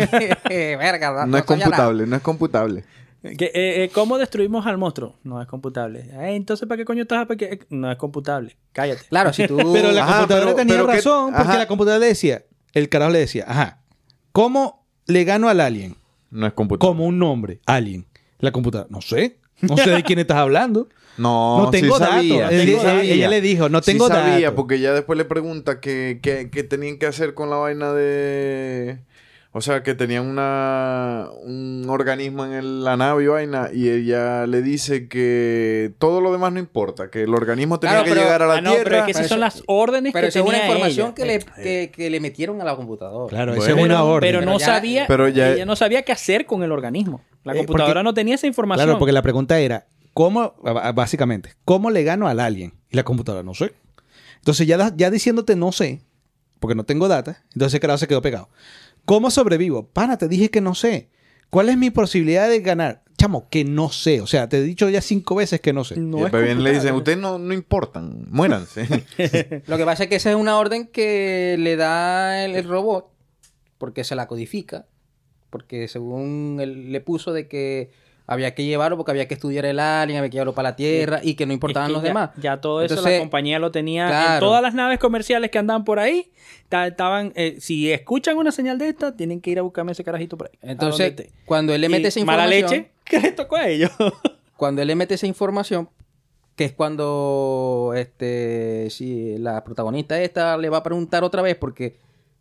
Verga, No es sabía computable, no es computable. Que, eh, eh, ¿Cómo destruimos al monstruo? No es computable. Eh, entonces, ¿para qué coño estás? ¿Para qué? No es computable. Cállate. nada. Claro, si tú... Pero la Ajá, computadora pero- tenía pero que- razón porque ajá. la computadora le decía, el carajo le decía, ajá, ¿cómo le gano al alien? No es computable. Como un nombre, alien. La computadora, no sé. No sé de quién estás hablando. No, No tengo sí sabía, datos. sí Ella- sabía. ella le dijo, no tengo sí sabía, datos. porque ya después le pregunta qué qué- qué tenían que hacer con la vaina de... O sea, que tenían una, un organismo en el- la nave y vaina, y ella le dice que todo lo demás no importa, que el organismo tenía Claro, que pero- llegar a la Ah, no, Tierra. pero es que esas Pero son eso- las órdenes Pero que eso es una tenía información ella. que le, que, que le metieron a la computadora. Claro, Bueno. esa es una orden. Pero no Pero ya- sabía, pero ya- ella no sabía qué hacer con el organismo. La Eh, computadora porque- no tenía esa información. Claro, porque la pregunta era, ¿cómo, b- básicamente, ¿cómo le gano al alien? Y la computadora, no sé. Entonces, ya, da- ya diciéndote no sé, porque no tengo data, entonces el carajo se quedó pegado. ¿Cómo sobrevivo? Pana, te dije que no sé. ¿Cuál es mi posibilidad de ganar? Chamo, que no sé. O sea, te he dicho ya cinco veces que no sé. No y es después vienen y le dicen, computable. ustedes no, no importan, muéranse. Lo que pasa es que esa es una orden que le da el, el robot porque se la codifica. Porque según él le puso de que había que llevarlo porque había que estudiar el alien, había que llevarlo para la Tierra y que no Es importaban que los ya, demás. Ya todo eso Entonces, la compañía lo tenía en claro. todas las naves comerciales que andaban por ahí. ta- Estaban, eh, si escuchan una señal de esta, tienen que ir a buscarme ese carajito por ahí. a Entonces, donde esté. cuando él le mete Y esa información... mala leche, ¿qué les tocó a ellos? Cuando él le mete esa información, que es cuando este si la protagonista esta le va a preguntar otra vez porque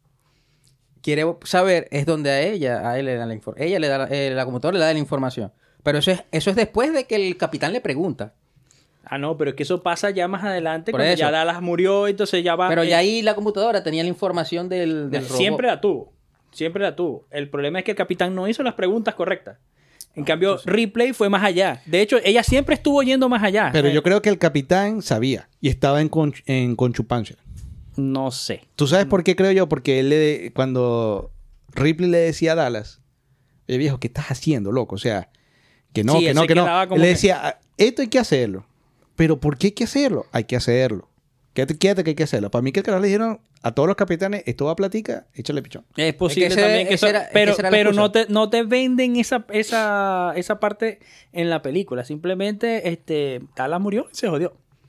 quiere saber, es donde a ella, a él le da la información. Ella le da la, eh, la computadora le da la información. Pero eso es, eso es después de que el capitán le pregunta. Ah, no, pero es que eso pasa ya más adelante, Por cuando eso. ya Dallas murió, entonces ya va... Pero eh, ya ahí la computadora tenía la información del, del robot. Siempre la tuvo. Siempre la tuvo. El problema es que el capitán no hizo las preguntas correctas. En cambio, Ripley fue más allá. De hecho, ella siempre estuvo yendo más allá. Pero Eh, yo creo que el capitán sabía y estaba en, con, en conchupancia. No sé. ¿Tú sabes por qué creo yo? Porque él le, cuando Ripley le decía a Dallas, oye viejo, ¿qué estás haciendo, loco? O sea, que no, Sí, que él no, se que no. quedaba Él como le que- decía, "Ah, esto hay que hacerlo. Pero ¿por qué hay que hacerlo? Hay que hacerlo. Quédate, quédate que hay que hacerlo. Para mí que el carajo le dijeron a todos los capitanes, esto va a platica, échale pichón. Es posible ese- también que ese eso... era- es que pero esa era la pero no, excusa. te, no te venden esa, esa, esa parte en la película. Simplemente, este, Dallas murió y se jodió.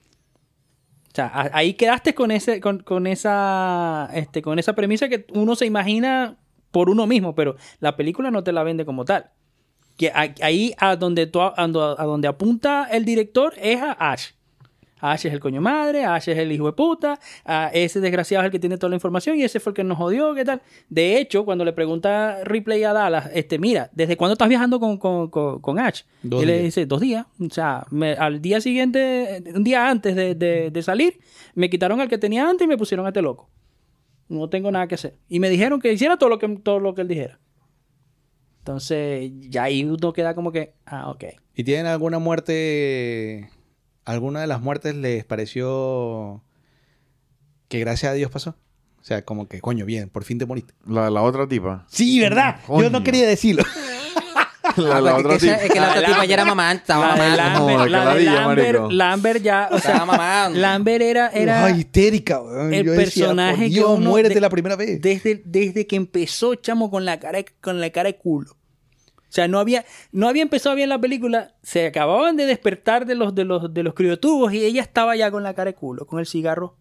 O sea, a- ahí quedaste con ese, con, con esa, este, con esa premisa que uno se imagina por uno mismo, pero la película no te la vende como tal. Que a- ahí a donde, tú, a, a donde apunta el director es a Ash. Ash es el coño madre, Ash es el hijo de puta, a ese desgraciado es el que tiene toda la información y ese fue el que nos jodió, ¿qué tal? De hecho, cuando le pregunta Ripley a Dallas, este, mira, ¿desde cuándo estás viajando con, con, con, con Ash? Dos y él le días. dice, dos días. O sea, me- al día siguiente, un día antes de, de, de salir, me quitaron al que tenía antes y me pusieron a este loco. No tengo nada que hacer. Y me dijeron que hiciera todo lo que, todo lo que él dijera. Entonces, ya ahí uno queda como que, ah, ok. ¿Y tienen alguna muerte? ¿Alguna de las muertes les pareció que gracias a Dios pasó? O sea, como que, coño, bien, por fin te moriste. La, la otra tipa. Sí, ¿verdad? Yo Coño. no quería decirlo. La, Ah, la porque otra es que esa- tipa. es que la La otra de tipa ya era mamá, estaba La de mamando. Lambert, No, la de caladilla, Lambert, marico. Lambert ya, o sea, Estaba mamando. Lambert era, era Ay, histérica, weón. el Yo decía, personaje por que Dios, uno muérete de- la primera vez. desde, desde que empezó, chamo, con la cara, con la cara de culo. O sea, no había, no había empezado bien la película, se acababan de despertar de los, de los, de los criotubos y ella estaba ya con la cara de culo, con el cigarro.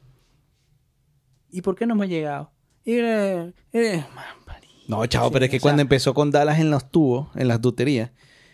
¿Y por qué no hemos llegado? Y, eh, eh, man, pari- No, chavo, Sí, pero es que o cuando sea- empezó con Dallas en los tubos, en las duterías,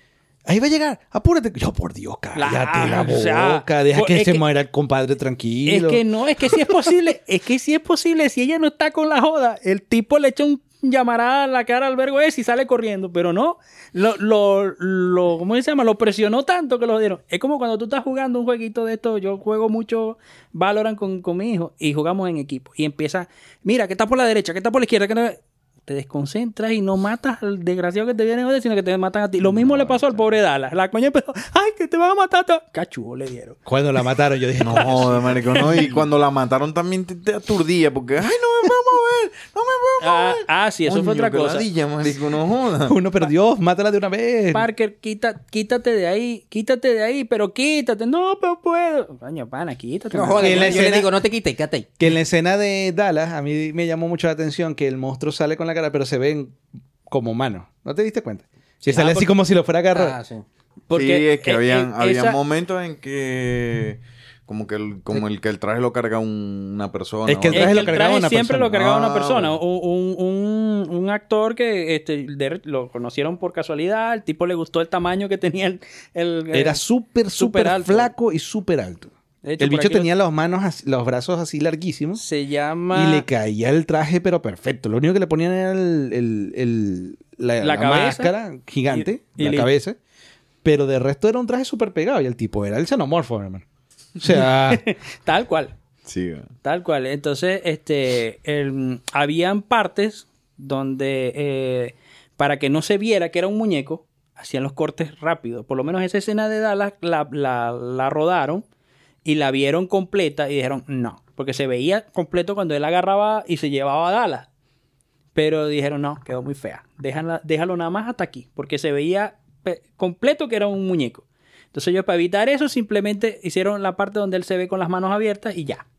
ahí va a llegar, apúrate. Yo, por Dios, cállate la Claro, o sea, boca, deja pues, que es se que- muera el compadre tranquilo. Es que no, es que si es posible, es que si es posible, si ella no está con la joda, el tipo le echa un llamará a la cara al vergo ese y sale corriendo, pero no, lo, lo, lo, ¿cómo se llama? Lo presionó tanto que lo dieron. Es como cuando tú estás jugando un jueguito de esto, yo juego mucho Valorant con, con mi hijo y jugamos en equipo y empieza, mira, que está por la derecha, que está por la izquierda, que no... te desconcentras y no matas al desgraciado que te viene a joder, sino que te matan a ti. Lo mismo le pasó al pobre Dallas. La coña empezó, ay, que te van a matar. Te... Cachugo le dieron. Cuando la mataron, yo dije, No joder, marico, no. Y cuando la mataron también te, te aturdía porque, ay, no me puedo mover, no me puedo Ah, mover. ah, sí, eso Coño, fue otra qué cosa. ladilla, marico, no jodas. uno, pero Dios, mátala de una vez. Parker, quita, quítate de ahí, quítate de ahí, pero quítate. No, pero puedo. Coño, pana, quítate. No, man. joder, en yo, la yo le escena- digo, no te quites, quédate ahí. Que en la escena de Dallas, a mí me llamó mucho la atención que el monstruo sale con la cara, pero se ven como manos. ¿No te diste cuenta? Que sale Ah, así porque- como si lo fuera a agarrar. Ah, sí. Porque, sí, es que eh, habían, eh, había esa- momentos en que como que el, como el que el traje lo carga un- una persona. Es que el o- Es traje que lo el cargaba traje una siempre persona. lo cargaba una Ah, persona. bueno. Un, un, un- un actor que este, de- lo conocieron por casualidad. El tipo le gustó el tamaño que tenía el... el- Era el- súper, súper súper alto. flaco y súper alto. De hecho, El por bicho aquí lo- tenía las manos, así- los brazos así larguísimos. Se llama... Y le caía el traje, pero perfecto. Lo único que le ponían era el, el- el- la, La la cabeza. máscara gigante, Y- y la listo. cabeza. Pero de resto era un traje súper pegado. Y el tipo era el xenomorfo, hermano. O sea, Tal cual. Sí, güey. Tal cual. Entonces, este, el- habían partes donde, eh, para que no se viera que era un muñeco, hacían los cortes rápidos. Por lo menos esa escena de Dallas la, la, la rodaron y la vieron completa y dijeron no. Porque se veía completo cuando él agarraba y se llevaba a Dallas. Pero dijeron no, quedó muy fea. Déjala, déjalo nada más hasta aquí. Porque se veía pe- completo que era un muñeco. Entonces ellos para evitar eso simplemente hicieron la parte donde él se ve con las manos abiertas y ya.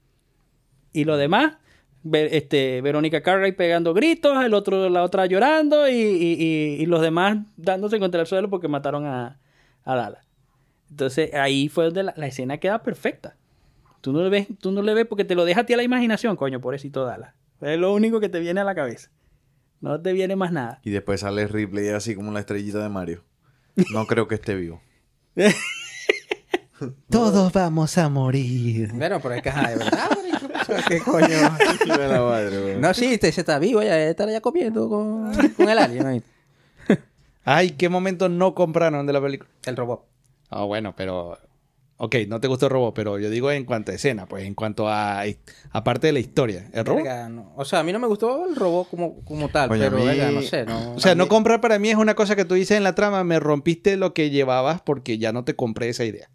Y lo demás, ve- este, Verónica Cartwright pegando gritos, el otro, la otra llorando y, y- y- y los demás dándose contra el suelo porque mataron a, a Dallas. Entonces ahí fue donde la, la escena queda perfecta. Tú no le ves, tú no le ves porque te lo deja a ti a la imaginación, coño, pobrecito Dallas. Es lo único que te viene a la cabeza. No te viene más nada. Y después sale Ripley así como la estrellita de Mario. No creo que esté vivo. todos vamos a morir. Bueno, pero es que, ajá, de verdad, marico, o sea, ¿qué coño? De la madre, güey. No, sí, este, se está vivo, ya estará ya comiendo con, con el alien, ¿no? Ay, ¿qué momento no compraron de la película? El robot. Ah, bueno, pero... Ok, no te gustó el robot, pero yo digo en cuanto a escena, pues en cuanto a... Aparte de la historia. ¿El robot? Verga, no. O sea, a mí no me gustó el robot como, como tal, Oye, a pero mí- verga, no sé, no. O sea, a no mí- comprar para mí es una cosa que tú dices en la trama, me rompiste lo que llevabas porque ya no te compré esa idea.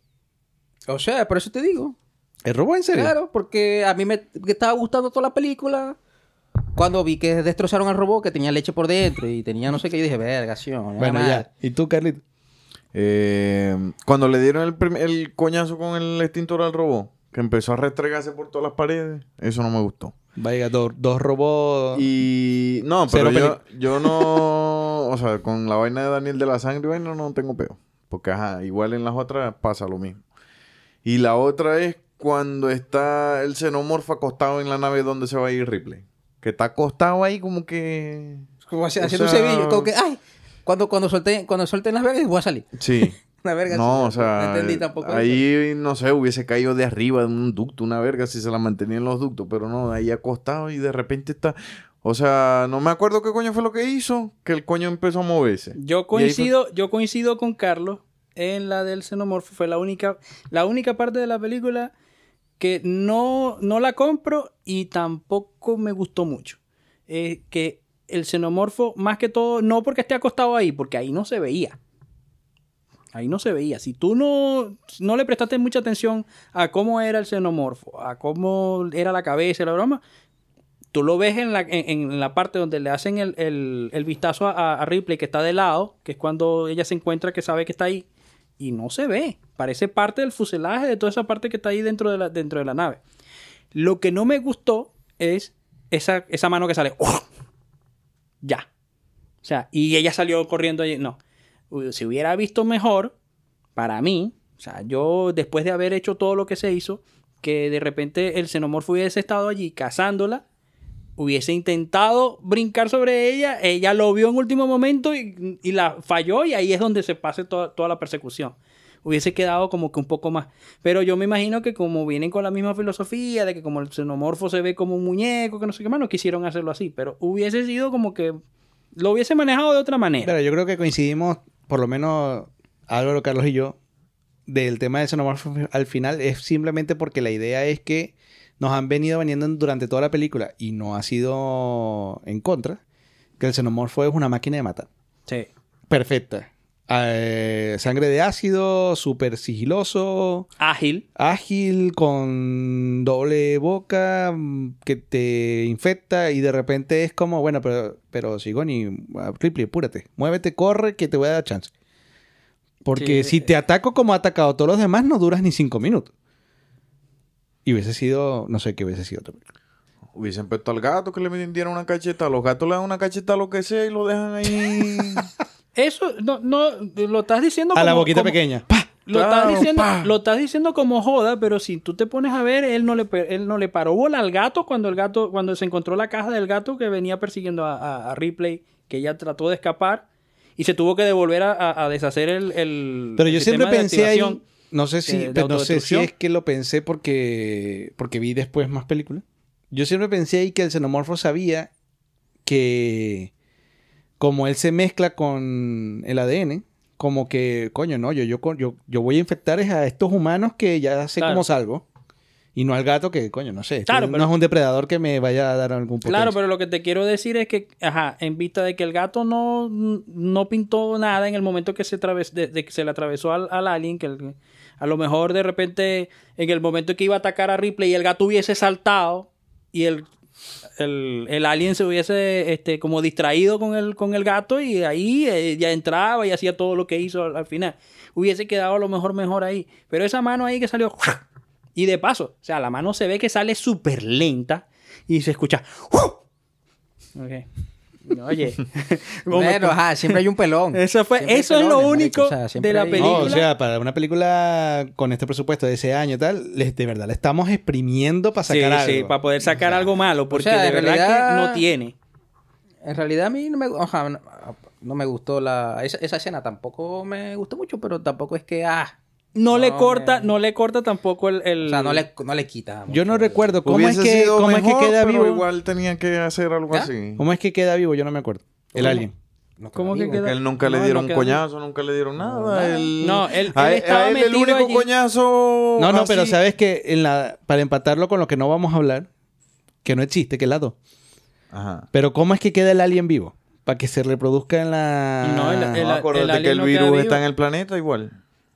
O sea, por eso te digo. ¿El robot en serio? Claro, porque a mí me que estaba gustando toda la película. Cuando vi que destrozaron al robot, que tenía leche por dentro y tenía no sé qué, yo dije, vergación. Bueno, ya. ¿Y tú, Carlito? Eh, cuando le dieron el, prim- el coñazo con el extintor al robot, que empezó a restregarse por todas las paredes, eso no me gustó. Vaya, do- dos robots... Y no, pero Cero yo, yo no, o sea, con la vaina de Daniel de la sangre, bueno, no tengo peo. Porque ajá, igual en las otras pasa lo mismo. Y la otra es cuando está el xenomorfo acostado en la nave donde se va a ir Ripley. Que está acostado ahí como que... Como haci- O haciendo sea- un cebillo, como que, ay, cuando, cuando solté, cuando solté las vergas voy a salir. Sí. Una verga No, o así, sea, no entendí tampoco ahí, no sé, hubiese caído de arriba de un ducto, una verga, si se la mantenía en los ductos, pero no, ahí acostado y de repente está... O sea, no me acuerdo qué coño fue lo que hizo, que el coño empezó a moverse. Yo Y ahí fue- coincido, yo coincido con Carlos en la del xenomorfo. Fue la única, la única parte de la película que no, no la compro y tampoco me gustó mucho. Eh, que el xenomorfo, más que todo, no porque esté acostado ahí, porque ahí no se veía. Ahí no se veía. Si tú no, no le prestaste mucha atención a cómo era el xenomorfo, a cómo era la cabeza y la broma, tú lo ves en la, en, en la parte donde le hacen el, el, el vistazo a, a Ripley, que está de lado, que es cuando ella se encuentra que sabe que está ahí, y no se ve. Parece parte del fuselaje de toda esa parte que está ahí dentro de la, dentro de la nave. Lo que no me gustó es esa, esa mano que sale. ¡Oh! Ya. O sea, y ella salió corriendo allí. No. Si hubiera visto mejor, para mí, o sea, yo después de haber hecho todo lo que se hizo, que de repente el xenomorfo hubiese estado allí cazándola, hubiese intentado brincar sobre ella, ella lo vio en último momento y, y la falló y ahí es donde se pase toda, toda la persecución. Hubiese quedado como que un poco más. Pero yo me imagino que como vienen con la misma filosofía de que como el xenomorfo se ve como un muñeco, que no sé qué más, no quisieron hacerlo así. Pero hubiese sido como que lo hubiese manejado de otra manera. Pero yo creo que coincidimos, por lo menos Álvaro, Carlos y yo, del tema del xenomorfo al final es simplemente porque la idea es que nos han venido veniendo durante toda la película y no ha sido en contra, que el xenomorfo es una máquina de matar. Sí. Perfecta. Eh, sangre de ácido, súper sigiloso, Ágil. ágil, con doble boca, mm, que te infecta y de repente es como, bueno, pero, pero Sigourney, Ripley, apúrate, muévete, corre, que te voy a dar chance. Porque Sí. si te ataco como ha atacado a todos los demás, no duras ni cinco minutos. Y hubiese sido, no sé qué hubiese sido también. Hubiesen puesto al gato que le dieran una cacheta. Los gatos le dan una cacheta a lo que sea y lo dejan ahí. Eso no, no lo estás diciendo A la como- boquita como- pequeña. ¡Pah! Lo, Claro, estás diciendo, pa. lo estás diciendo como joda, pero si tú te pones a ver, él no le, pe- él no le paró bola al gato cuando el gato, cuando se encontró la caja del gato que venía persiguiendo a, a- a Ripley, que ella trató de escapar y se tuvo que devolver a, a- a deshacer el, el Pero yo el siempre sistema de pensé ahí, activación. no sé si, de- de pero no sé si autodestrucción. es que lo pensé porque, porque vi después más películas. Yo siempre pensé ahí que el xenomorfo sabía que como él se mezcla con el A D N, como que, coño, no, yo, yo, yo, yo voy a infectar es a estos humanos que ya sé Claro. cómo salgo. Y no al gato que, coño, no sé. este Claro, no pero- es un depredador que me vaya a dar algún potencia. Claro, pero lo que te quiero decir es que, ajá, en vista de que el gato no, no pintó nada en el momento que se, atraves, de, de que se le atravesó al, al alien, que el- a lo mejor de repente en el momento que iba a atacar a Ripley el gato hubiese saltado y el, el, el alien se hubiese este, como distraído con el, con el gato y ahí eh, ya entraba y hacía todo lo que hizo al, al final. Hubiese quedado a lo mejor mejor ahí. Pero esa mano ahí que salió... Y de paso, o sea, la mano se ve que sale súper lenta y se escucha... Ok. Oye. Bueno, ajá, siempre hay un pelón. Eso fue, Siempre hay eso es lo pelones, único marico, o sea, siempre de la hay- película. No, o sea, para una película con este presupuesto de ese año y tal, les- de verdad, le estamos exprimiendo para Sí, sacar algo. sí, para poder sacar algo malo, porque sea, de en verdad realidad- que no tiene. En realidad a mí no me, ajá, no, no me gustó la... Esa, esa escena tampoco me gustó mucho, pero tampoco es que... Ah, No, le No, corta, me- no le corta tampoco el... el- o sea, no le, no le quita. Yo no mucho. recuerdo cómo Hubiese es que, sido cómo es que mejor, queda pero vivo. igual tenía que hacer algo ¿Ya? así. ¿Cómo es que queda vivo? Yo no me acuerdo. El ¿Cómo? alien. No ¿Cómo que vivo. queda? Que él nunca le No, dieron no un queda- coñazo, nunca le dieron nada. Él- No, él- a él él- estaba a él el metido único allí. coñazo. No, no, pero así- sabes que en la, para empatarlo con lo que no vamos a hablar, que no existe, que es la dos. Ajá. Pero ¿cómo es que queda el alien vivo? Para que se reproduzca en la... No, el- No, el- acuérdate el alien que el no queda virus vivo. está en el planeta igual.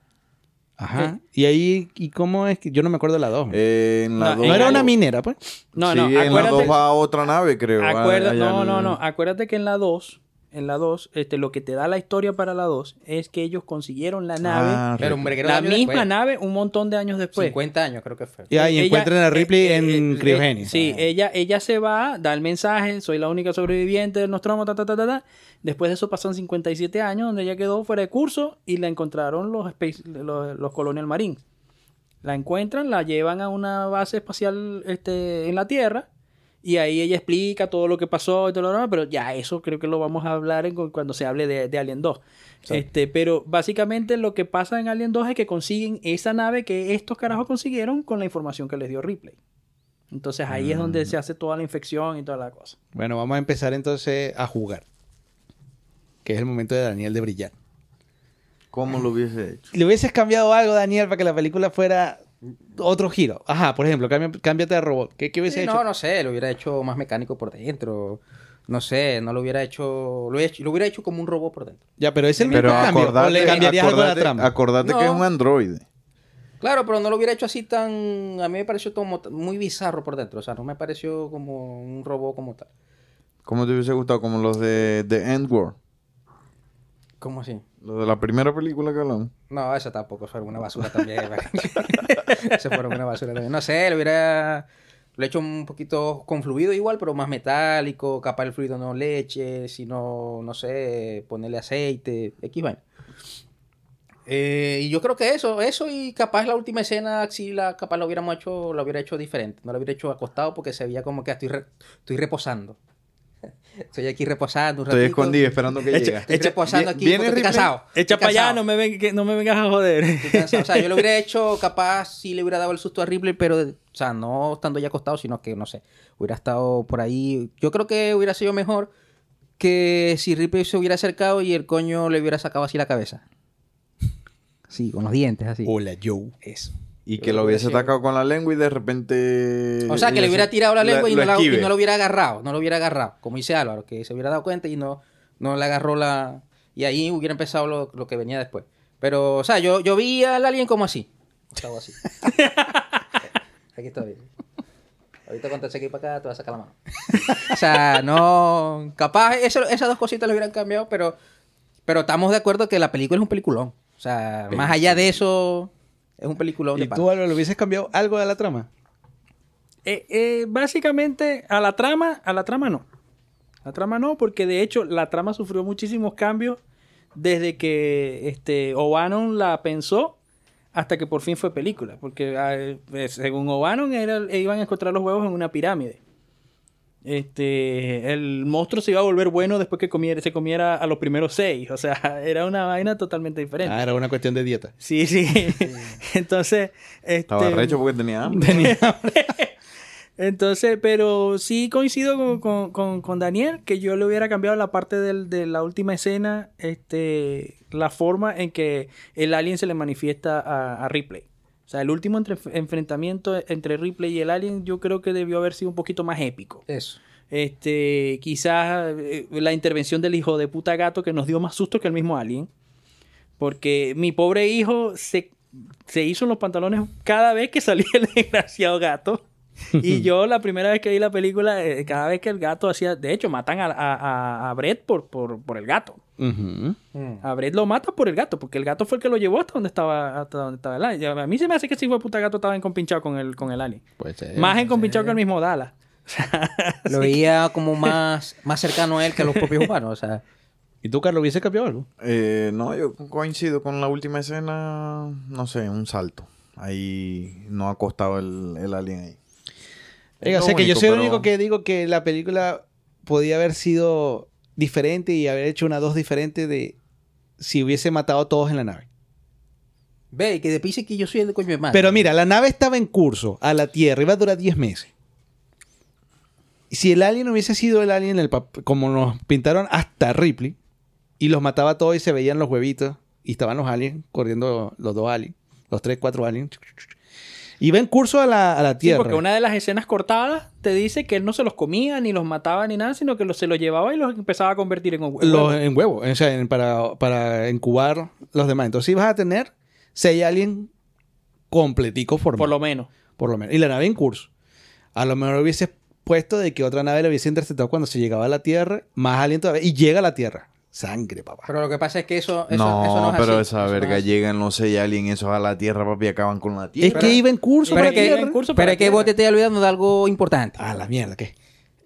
Ajá. Y ahí, ¿y cómo es que...? Yo no me acuerdo de la dos. Eh, en la No, dos- no era en una la- minera, pues. No, sí, no, en la acuérdate... dos va a otra nave, creo. Acuerda- allá no, en- no, no. Acuérdate que en la dos, en la dos, este, lo que te da la historia para la dos es que ellos consiguieron la nave, Ah, Pero un rico. breguero la de años misma después. nave, un montón de años después. cincuenta años creo que fue. Y ahí Ella- encuentran a Ripley eh, en eh, eh, criogenia. Sí, ella, ella se va, da el mensaje, soy la única sobreviviente del Nostromo, ta, ta, ta, ta, ta. Después de eso pasan cincuenta y siete años, donde ella quedó fuera de curso y la encontraron los, Space, los, los Colonial Marines. La encuentran, la llevan a una base espacial este, en la Tierra y ahí ella explica todo lo que pasó y todo lo demás, pero ya eso creo que lo vamos a hablar en- cuando se hable de, de Alien dos. Este, pero básicamente lo que pasa en Alien dos es que consiguen esa nave que estos carajos consiguieron con la información que les dio Ripley. Entonces ahí es donde se hace toda la infección y toda la cosa. Bueno, vamos a empezar entonces a jugar. Que es el momento de Daniel de brillar. ¿Cómo lo hubiese hecho? ¿Le hubieses cambiado algo, Daniel, para que la película fuera otro giro? Ajá, por ejemplo, cambia- cámbiate de robot. ¿Qué, qué hubiese Sí, hecho? no, no sé, lo hubiera hecho más mecánico por dentro. No sé, no lo hubiera hecho... Lo hubiera hecho, lo hubiera hecho como un robot por dentro. Ya, pero es el Pero mismo cambio. ¿O acordate, le cambiarías algo a la acordate- trama? acordate No. que es un androide. Claro, pero no lo hubiera hecho así tan... A mí me pareció como t- muy bizarro por dentro. O sea, no me pareció como un robot como tal. ¿Cómo te hubiese gustado? Como los de The End War. ¿Cómo así? Los de la primera película que hablamos. No, eso tampoco fue una basura también. Eso fue una basura también. No sé, lo hubiera... Lo he hecho un poquito con fluido igual, pero más metálico. Capaz el fluido no leche, sino, no sé, ponerle aceite, X vaina. Eh, y yo creo que eso, eso y capaz la última escena, si la capaz lo hubiéramos hecho, lo hubiera hecho diferente. No lo hubiera hecho acostado porque se veía como que estoy, re- estoy reposando. Estoy aquí reposando un Estoy ratito. escondido esperando que Echa- llegue. Estoy Echa- reposando vi- aquí viene porque estoy Ripley. cansado. Echa Estoy para allá, cansado. no me, ven, que, no me vengas a joder. Estoy cansado. O sea, yo le hubiera hecho, capaz, si le hubiera dado el susto a Ripley, pero, o sea, no estando ya acostado, sino que, no sé, hubiera estado por ahí. Yo creo que hubiera sido mejor que si Ripley se hubiera acercado y el coño le hubiera sacado así la cabeza. Sí, con los dientes, así. Hola, Joe. Eso. Y que lo hubiese atacado con la lengua y de repente... O sea, que le ella hubiera se- tirado la lengua y, no la- y esquive. no lo hubiera agarrado. No lo hubiera agarrado. Como dice Álvaro, que se hubiera dado cuenta y no, no le agarró la... Y ahí hubiera empezado lo, lo que venía después. Pero, o sea, yo, yo vi al alien como así. Estaba así. Aquí estoy. Ahorita cuando te aquí para acá, te vas a sacar la mano. O sea, no... Capaz eso- esas dos cositas le hubieran cambiado, pero... Pero estamos de acuerdo que la película es un peliculón. O sea, más allá de eso... Es un peliculón de ¿Y pana. tú, Álvaro, le hubieses cambiado algo de la trama? Eh, eh, básicamente, a la trama, a la trama no. La trama no, porque de hecho la trama sufrió muchísimos cambios desde que este, O'Bannon la pensó hasta que por fin fue película. Porque eh, según O'Bannon era, iban a encontrar los huevos en una pirámide. Este, el monstruo se iba a volver bueno después que comiera, se comiera a los primeros seis. O sea, era una vaina totalmente diferente. Ah, era una cuestión de dieta. Sí, sí. Entonces, este, Estaba recho porque tenía hambre. tenía hambre. Entonces, pero sí coincido con, con, con, con Daniel, que yo le hubiera cambiado la parte del, de la última escena, este, la forma en que el alien se le manifiesta a, a Ripley. O sea, el último entre- enfrentamiento entre Ripley y el alien yo creo que debió haber sido un poquito más épico. Eso. Este, quizás eh, la intervención del hijo de puta gato que nos dio más susto que el mismo alien. Porque mi pobre hijo se, se hizo en los pantalones cada vez que salía el desgraciado gato. Y yo la primera vez que vi la película, eh, cada vez que el gato hacía... De hecho, matan a, a, a- a Brett por, por, por el gato. Ujú. A Brett lo mata por el gato, porque el gato fue el que lo llevó hasta donde estaba, hasta donde estaba el alien. A mí se me hace que ese hijo de puta gato estaba encompinchado con el, con el alien. Puede ser. Más encompinchado que el mismo Dallas. Lo veía como más, más cercano a él que a los propios humanos. O sea, ¿Y tú, Carlos, hubiese cambiado algo? Eh, no, yo coincido con la última escena, no sé, un salto. Ahí no ha costado el, el alien ahí. Oiga, o Es sea lo que yo único, soy el pero- único que digo que la película podía haber sido diferente y haber hecho una dos diferente de si hubiese matado a todos en la nave. ve, que de dice que yo soy el de coño de madre. Pero mira, la nave estaba en curso a la Tierra, iba a durar diez meses. Y si el alien hubiese sido el alien el pap- como nos pintaron hasta Ripley y los mataba a todos y se veían los huevitos y estaban los aliens corriendo, los dos aliens, los tres, cuatro aliens. Iba en curso a la, a la Sí, Tierra. porque una de las escenas cortadas te dice que él no se los comía, ni los mataba, ni nada, sino que los, se los llevaba y los empezaba a convertir en huevos. Los en huevo, o sea, en- para, para incubar los demás. Entonces ibas a tener seis aliens completicos formados. Por lo menos. Por lo menos. Y la nave en curso. A lo mejor hubiese puesto de que otra nave lo hubiese interceptado cuando se llegaba a la Tierra, más alien todavía, y llega a la Tierra. Sangre, papá. Pero lo que pasa es que eso, eso, no, eso no es pero así. esa Eso no verga es así. llegan los seis aliens esos a la Tierra, papi, y acaban con la Tierra. Es que iba en curso Pero para es la que, Tierra. en curso pero para es que la vos te Tierra. estás olvidando de algo importante. Ah, la mierda, ¿qué?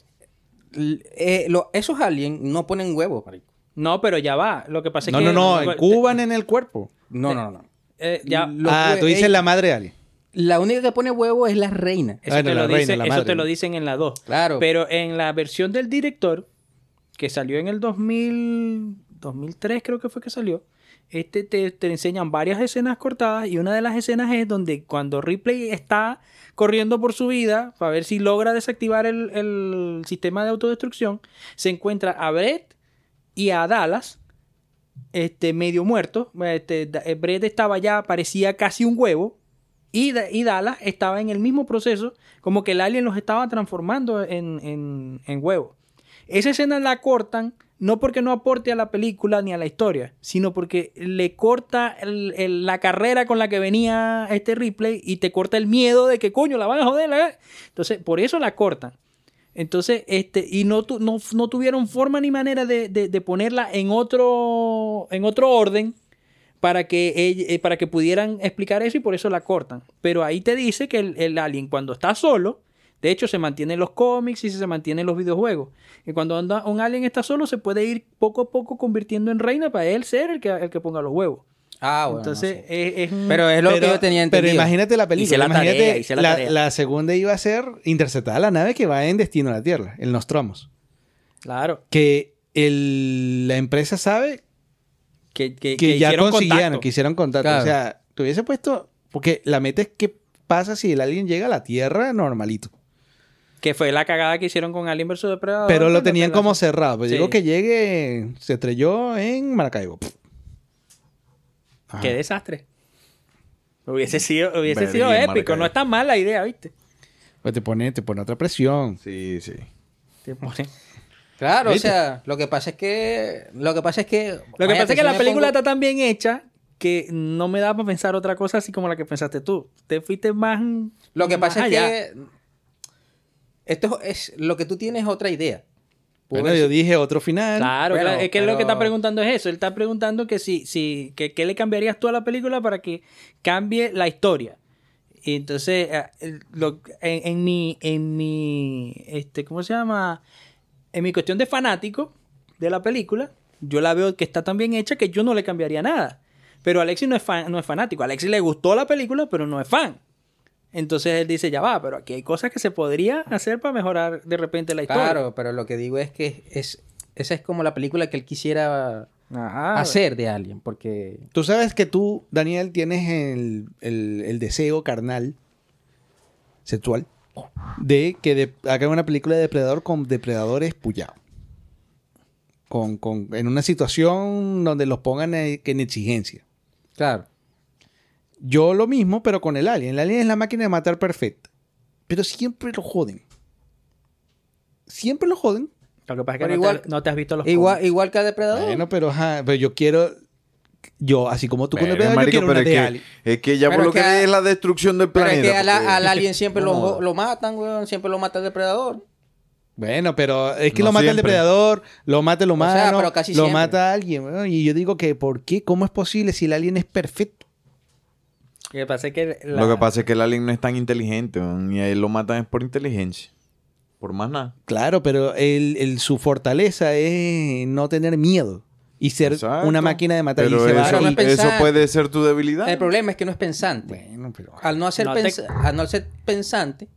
L- eh, lo- esos aliens no ponen huevos, marico. No, pero ya va. Lo que pasa No, es que... no, no, incuban en el cuerpo. No, no, no. Eh, ya, Lo- ah, tú dices eh, la madre alien. La única que pone huevo es la reina. Eso, Bueno, te, la lo reina, dice- la eso madre. te lo dicen en la dos. Claro. Pero en la versión del director, que salió en el dos mil, dos mil tres creo que fue que salió, este te, te enseñan varias escenas cortadas y una de las escenas es donde cuando Ripley está corriendo por su vida para ver si logra desactivar el, el sistema de autodestrucción, se encuentra a Brett y a Dallas este, medio muertos. Este, Da- eh, Brett estaba ya, parecía casi un huevo. Y, Da- y Dallas estaba en el mismo proceso, como que el alien los estaba transformando en, en, en huevo. Esa escena la cortan, no porque no aporte a la película ni a la historia, sino porque le corta el- el- la carrera con la que venía este Ripley y te corta el miedo de que coño la van a joder. la- Entonces, por eso la cortan. Entonces, este, y no, tu- no, no tuvieron forma ni manera de, de- de ponerla en otro, en otro orden para que, ella- eh, para que pudieran explicar eso y por eso la cortan. Pero ahí te dice que el, el alien cuando está solo, de hecho se mantiene en los cómics y se mantiene en los videojuegos. Y cuando anda- un alien está solo se puede ir poco a poco convirtiendo en reina para él ser el que, el que ponga los huevos. Ah, bueno. Entonces, no sé. es, es un... Pero es lo que yo tenía entendido. Pero imagínate la película. Hice la imagínate, tarea, hice la la, tarea. la segunda iba a ser interceptada la nave que va en destino a la Tierra, el Nostromus. Claro. Que el, la empresa sabe Que, que, que, que ya hicieron consiguieron, contacto. que hicieron contacto. Claro. O sea, te hubiese puesto... Porque la meta es qué pasa si el alien llega a la Tierra normalito. Que fue la cagada que hicieron con Alien versus Depredador. Pero lo cuando tenían te como lanzan- cerrado. Pues Sí. digo que llegue... Se estrelló en Maracaibo. Ajá. Qué desastre. Hubiese sido, hubiese Verga, sido épico. Maracaibo. No es tan mala idea, ¿viste? Pues te pone, te pone otra presión. Sí, sí. Te pone- Claro, ¿Viste? o sea, lo que pasa es que... Lo que pasa es que... Lo que imagínate, pasa es que si la me película pongo- está tan bien hecha que no me da para pensar otra cosa así como la que pensaste tú. Te fuiste más. Lo que más pasa allá. es que... Esto es... Lo que tú tienes es otra idea. Bueno, yo dije otro final. Claro, Bueno, claro, es que lo que pero- está preguntando es eso. Él está preguntando que si, si, que qué le cambiarías tú a la película para que cambie la historia. Y entonces, eh, el- lo- en, en mi, en mi, este, ¿cómo se llama? En mi cuestión de fanático de la película, yo la veo que está tan bien hecha que yo no le cambiaría nada. Pero Alexis no es fan, no es fanático. A Alexis le gustó la película, pero no es fan. Entonces él dice, ya va, pero aquí hay cosas que se podría hacer para mejorar de repente la historia. Claro, pero lo que digo es que es... Esa es como la película que él quisiera Ajá, hacer de Alien, porque... Tú sabes que tú, Daniel, tienes el, el- el deseo carnal, sexual, de que de, hagan una película de depredador con depredadores puyados. Con, con, en una situación donde los pongan en, en exigencia. Claro. Yo lo mismo, pero con el alien. El alien es la máquina de matar perfecta. Pero siempre lo joden. Siempre lo joden. Lo que pasa es que Pero no, igual- te, no te has visto los Igual, cómics. igual que a Depredador. Bueno, pero, ajá, pero yo quiero... Yo, así como tú con Verga, depredador, yo marico, quiero pero una es de que, alien. es que ya Pero por lo es que que a- es la destrucción del Pero es planeta. que al, porque- al Alien siempre No lo, jodas. lo matan, weón. Siempre lo mata el Depredador. Bueno, pero es que No lo mata el siempre. depredador, lo mata el humano, sea, pero casi lo siempre. mata alguien. weón. Y yo digo que, ¿por qué? ¿Cómo es posible si el alien es perfecto? Lo que pasa es que la- Lo que pasa es que el alien no es tan inteligente, weón, y a él lo matan es por inteligencia. Por más nada. Claro, pero el, el- su fortaleza es no tener miedo y ser Exacto. una máquina de matar. Pero y se va eso, no y- es pensar. eso puede ser tu debilidad. El problema es que no es pensante. Bueno, pero... Al no, hacer No te- pens- al no ser pensante,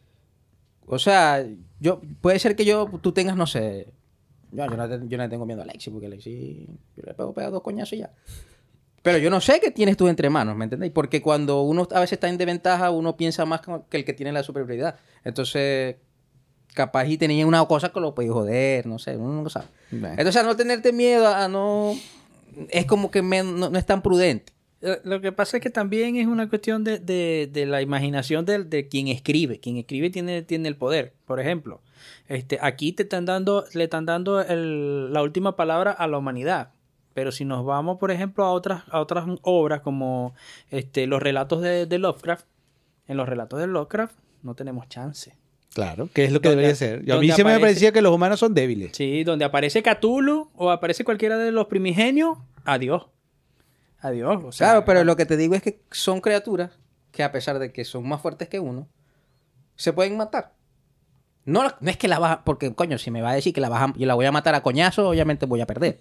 o sea, yo puede ser que yo tú tengas, no sé, yo, yo, no, te- yo no le tengo miedo a Alexi, porque Alexi, yo le pego, pego dos coñazos y ya. Pero yo no sé qué tienes tú entre manos, ¿me entendéis? Porque cuando uno a veces está en desventaja, uno piensa más que el que tiene la superioridad. Entonces, capaz y tenía una cosa que lo podía joder, no sé, uno no sabe. Bueno. Entonces, a no tenerte miedo, a, a no... Es como que me- no, no es tan prudente. Eh, Lo que pasa es que también es una cuestión de, de- de la imaginación de, de quien escribe. Quien escribe tiene, tiene el poder. Por ejemplo, este, aquí te están dando, le están dando el- la última palabra a la humanidad. Pero si nos vamos, por ejemplo, a otras, a otras obras como este, los relatos de, de Lovecraft, en los relatos de Lovecraft no tenemos chance. Claro, que es lo que Donde- debería ser. Y a mí donde siempre me aparece- parecía que los humanos son débiles. Sí, donde aparece Cthulhu o aparece cualquiera de los primigenios, adiós. Adiós. O sea, Claro, pero lo que te digo es que son criaturas que a pesar de que son más fuertes que uno, se pueden matar. No, no es que la vas a... Porque, coño, si me va a decir que la vas a, yo la voy a matar a coñazo, obviamente voy a perder.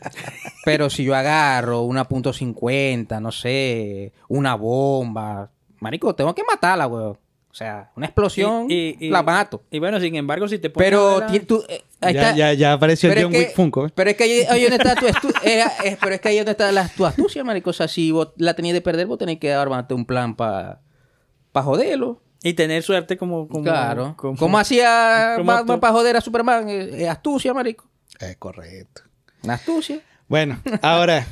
Pero si yo agarro una punto cincuenta, no sé, una bomba... Marico, tengo que matarla, weón. O sea, una explosión, Y- y- y- la mato. Y bueno, sin embargo, si te pones a Pero ver la- ti- tú... eh, ahí Ya, está- ya, ya apareció pero John es que- Wick Funko. ¿eh? Pero es que ahí, ahí donde está tu astu- eh, eh, pero es que ahí donde está la, tu astucia, marico. O sea, si vos la tenías de perder, vos tenés que armarte un plan para pa joderlo. Y tener suerte como... como claro. como- Como, hacía como Batman tú. para joder a Superman? Eh, eh, astucia, marico. Es correcto. Una astucia. Bueno, ahora,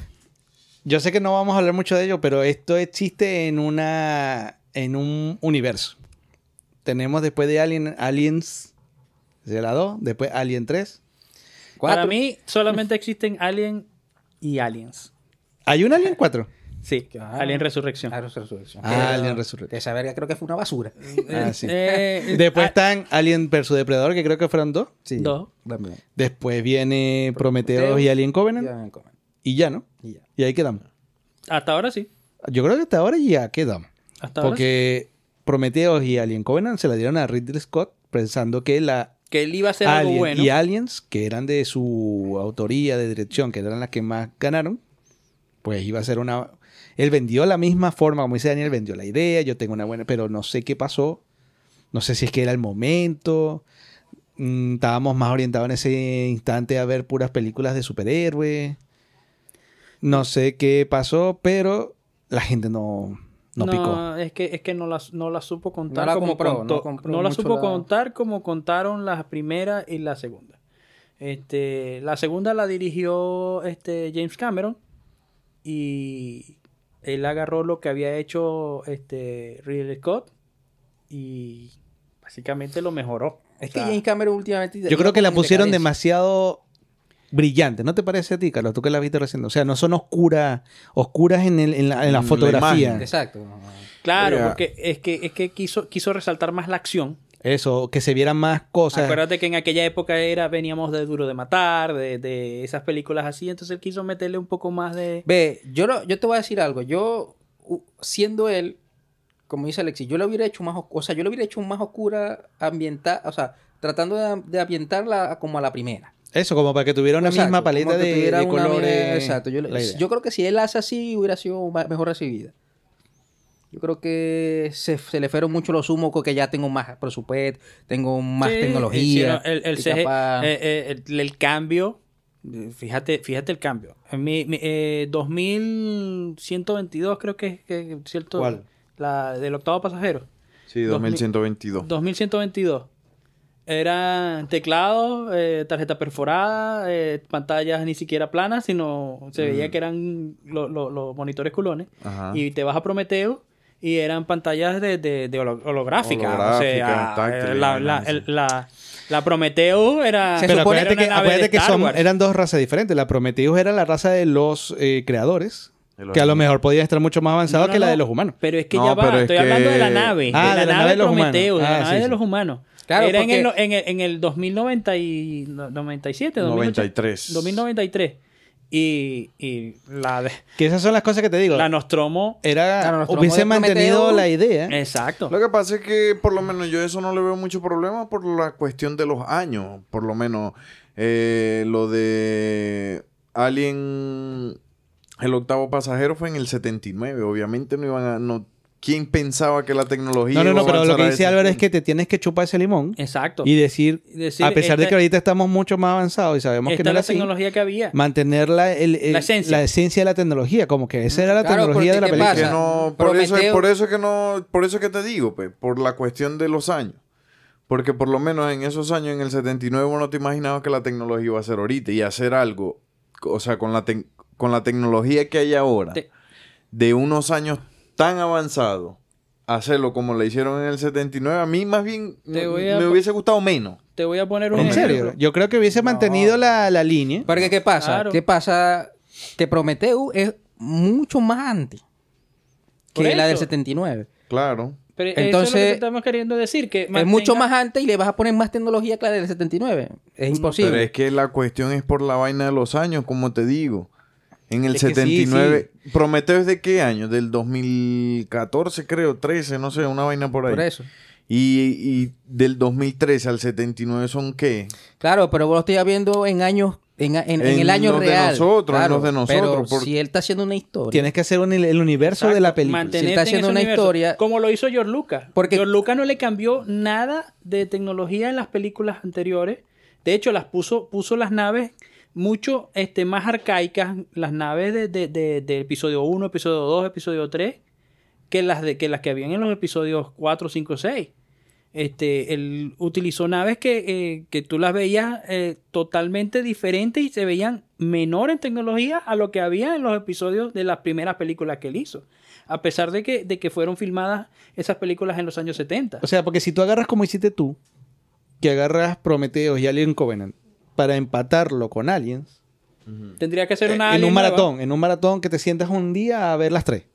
yo sé que no vamos a hablar mucho de ello, pero esto existe en una en un universo. Tenemos después de Alien, Aliens, de la dos, después Alien tres. Para Cuatro. mí, solamente existen Alien y Aliens. ¿Hay un Alien cuatro? Sí, Ah. Alien Resurrección. Ah, Resurrección. Ah, Pero Alien Resurrección. Esa verga creo que fue una basura. Ah, sí. Eh, Después ah, están Alien versus Depredador, que creo que fueron dos. Sí. Dos. También. Después viene Prometheus Prometheus y Alien Covenant. Ya me comen. Y ya, ¿no? Y ya. Y ahí quedamos. Hasta ahora sí. Yo creo que hasta ahora ya quedamos. Hasta ahora sí. Porque Prometheus y Alien Covenant se la dieron a Ridley Scott pensando que la Que él iba a hacer algo Alien bueno. y Aliens, que eran de su autoría, de dirección, que eran las que más ganaron, pues iba a ser una... Él vendió la misma forma, como dice Daniel, vendió la idea, yo tengo una buena... Pero no sé qué pasó. No sé si es que era el momento. Mm, estábamos más orientados en ese instante a ver puras películas de superhéroes. No sé qué pasó, pero la gente no, no, no picó. es que, es que no la, no la supo contar No la como compró, contó- no compró no la mucho supo la- contar como contaron la primera y la segunda. Este, la segunda la dirigió este James Cameron y él agarró lo que había hecho este Ridley Scott y básicamente lo mejoró. Es O que sea, James Cameron últimamente... Yo iba creo que como la en pusieron decadencia. demasiado brillante. ¿No te parece a ti, Carlos? Tú que la viste recién. O sea, no son oscuras, oscuras en, el- en la, en la En la fotografía. imagen. Exacto. claro, Oiga. porque es que es que quiso quiso resaltar más la acción. Eso, que se vieran más cosas. Acuérdate que en aquella época era veníamos de Duro de Matar, de, de esas películas así, entonces él quiso meterle un poco más de... Ve, yo, lo- yo te voy a decir algo. Yo, u- siendo él, como dice Alexis, yo lo hubiera hecho más... os- O sea, yo lo hubiera hecho más oscura, ambientada... O sea, tratando de, de ambientarla como a la primera. Eso, como para que tuviera una Exacto, misma como paleta que de, tuviera de una colores. misma- Exacto. Yo, la idea. yo creo que si él hace así, hubiera sido ma- mejor recibida. Yo creo que se, se le fueron mucho los humos porque ya tengo más presupuesto, tengo más Sí, tecnología. hicieron El, el, y C G, capaz- eh, eh, el, el cambio, eh, fíjate, fíjate el cambio. En mi, mi, eh, dos mil ciento veintidós creo que es que, cierto. ¿Cuál? La del octavo pasajero. Sí, dos mil ciento veintidós. dos mil ciento veintidós. Eran teclados, eh, tarjeta perforada, eh, pantallas ni siquiera planas, sino se veía que eran lo- lo- los monitores culones. Ajá. Y te vas a Prometeo y eran pantallas de, de, de holo- holográficas. Holográficas, o sea, táctiles, eh, la, la, vainas así. el- la, la Prometeo era... Se Pero supone acuérdate era que, una nave de acuérdate que Star son, Wars. eran dos razas diferentes. La Prometheus era la raza de los eh, creadores, De los que a lo humanos. mejor podía estar mucho más avanzado No, no, que la no. de los humanos. Pero es que No, ya va, pero es estoy que- hablando de la nave. Ah, de la, nave de los Prometeo, de humanos. la Ah, nave sí, de sí. los humanos. Claro, Era en porque- el, en, el, en el dos mil noventa y, no, noventa y siete, dos mil ocho, noventa y tres. dos mil noventa y tres. Y, y la, de- Que esas son las cosas que te digo. la Nostromo... Era, Claro, Nostromo hubiese de mantenido Prometeo. la idea. Exacto. Lo que pasa es que por lo menos yo eso no le veo mucho problema por la cuestión de los años. Por lo menos eh, lo de Alien, el octavo pasajero fue en el setenta y nueve. Obviamente no iban a... No, ¿quién pensaba que la tecnología... No, no, iba no, a pero lo avanzar que a dice ese Álvaro es punto? que te tienes que chupar ese limón Exacto. y decir, Y decir, a pesar de esta- que ahorita estamos mucho más avanzados y sabemos que Esta no es era la así, tecnología que había. mantener la, el- el- La esencia. la esencia de la tecnología, como que esa era la Claro, tecnología de la porque ¿qué película. Que pasa? no, por eso, Prometeo- por eso que no, por eso que te digo, pues, por la cuestión de los años. Porque por lo menos en esos años, en el setenta y nueve, uno no te imaginaba que la tecnología iba a ser ahorita y hacer algo, o sea, con la, tec- con la tecnología que hay ahora, Te- de unos años tan avanzados, hacerlo como lo hicieron en el setenta y nueve, a mí más bien Te me, voy a me po- hubiese gustado menos. Te voy a poner un ¿En ejemplo. serio? Yo creo que hubiese mantenido la, la línea. Porque ¿qué pasa? Claro. ¿Qué pasa? Que Prometeo es mucho más antes Por que la del eso. setenta y nueve. Claro. Pero eso es lo Entonces, que estamos queriendo decir. Que Es mucho mantenga- más antes y le vas a poner más tecnología que la del setenta y nueve. Es imposible. Pero es que la cuestión es por la vaina de los años, como te digo. En el Es que sí, setenta y nueve... ¿Prometeo es de qué año? Del dos mil catorce, creo, trece, no sé, una vaina por ahí. Por eso. Y, y del dos mil trece al setenta y nueve son qué? Claro, pero vos lo estoy viendo en años, en, en- en En el año los de real. nosotros, en Claro, los de nosotros, Pero por- si él está haciendo una historia. Tienes que hacer un- el universo Exacto, de la película. mantenerte Si está en haciendo ese una universo. historia- Como lo hizo George Lucas. Porque- George Lucas no le cambió nada de tecnología en las películas anteriores. De hecho, las puso, puso las naves mucho este, más arcaicas, las naves de, de, de- de episodio uno, episodio dos, episodio tres, que las, de, que las que habían en los episodios cuatro, cinco, seis. Este, él utilizó naves que, eh, que tú las veías eh, totalmente diferentes y se veían menor en tecnología a lo que había en los episodios de las primeras películas que él hizo. A pesar de que, de que fueron filmadas esas películas en los años setenta. O sea, porque si tú agarras como hiciste tú, que agarras Prometheus y Alien Covenant para empatarlo con Aliens, Tendría que ser eh, una en alien un nueva. maratón, en un maratón que te sientas un día a ver las tres.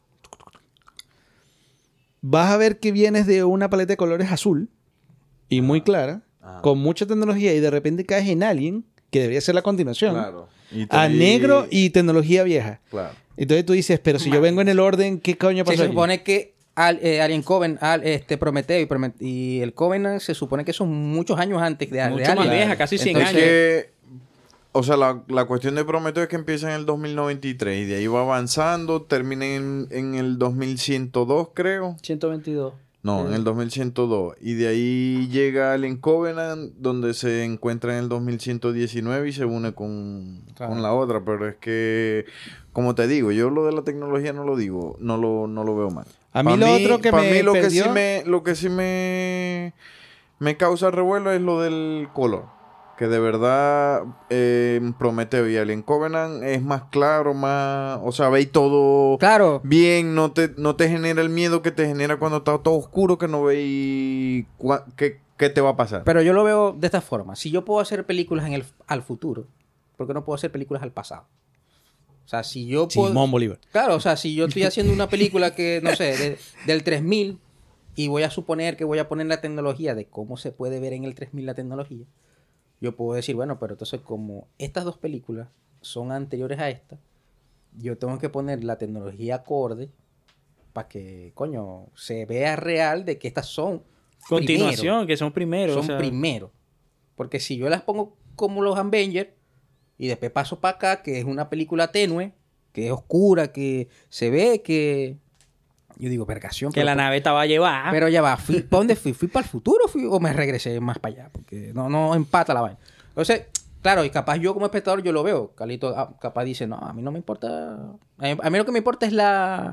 Vas a ver que vienes de una paleta de colores azul y muy clara, con mucha tecnología, y de repente caes en Alien, que debería ser la continuación, Y a te- negro y tecnología vieja. Claro. Entonces tú dices, pero si yo vengo en el orden, ¿qué coño Sí, pasó se aquí? supone que Al- eh, Alien Covenant, Al- este, Prometeo y, Promet- y el Covenant se supone que son muchos años antes de, de Mucho más Alien. vieja, casi cien Es años. que O sea, la, la cuestión de Prometeo es que empieza en el dos mil noventa y tres y de ahí va avanzando, termina en, en el dos mil ciento dos, creo. ciento veintidós. No, en el dos mil ciento dos. Y de ahí llega Alien Covenant, donde se encuentra en el dos mil ciento diecinueve y se une con, Claro. con la otra. Pero es que, como te digo, yo lo de la tecnología no lo digo, no lo, no lo veo mal. A mí Pa' lo otro que pa' me mí lo perdió- que sí me, lo que sí me, me causa revuelo es lo del color. Que de verdad eh, Prometeo y Alien Covenant es más claro, más... O sea, veis todo Claro. bien, no te, no te genera el miedo que te genera cuando está todo oscuro, que no veis cua- qué, qué te va a pasar. Pero yo lo veo de esta forma. Si yo puedo hacer películas en el, al futuro, ¿por qué no puedo hacer películas al pasado? O sea, si yo puedo... Simón Bolívar. Claro, o sea, si yo estoy haciendo una película que, no sé, de- del tres mil y voy a suponer que voy a poner la tecnología de cómo se puede ver en el tres mil la tecnología, yo puedo decir, bueno, pero entonces como estas dos películas son anteriores a esta, yo tengo que poner la tecnología acorde para que, coño, se vea real de que estas son Continuación, primero, que son primeros. son o sea, primero. Porque si yo las pongo como los Avengers y después paso para acá, que es una película tenue, que es oscura, que se ve que... Yo digo, vergación. que pero la por- nave te va a llevar. Pero ya va, fui, ¿para dónde fui? ¿Fui para el futuro fui, o me regresé más para allá? Porque no, no empata la vaina. Entonces, claro, y capaz yo como espectador yo lo veo. Calito ah, capaz dice, no, a mí no me importa. A mí, a mí lo que me importa es la...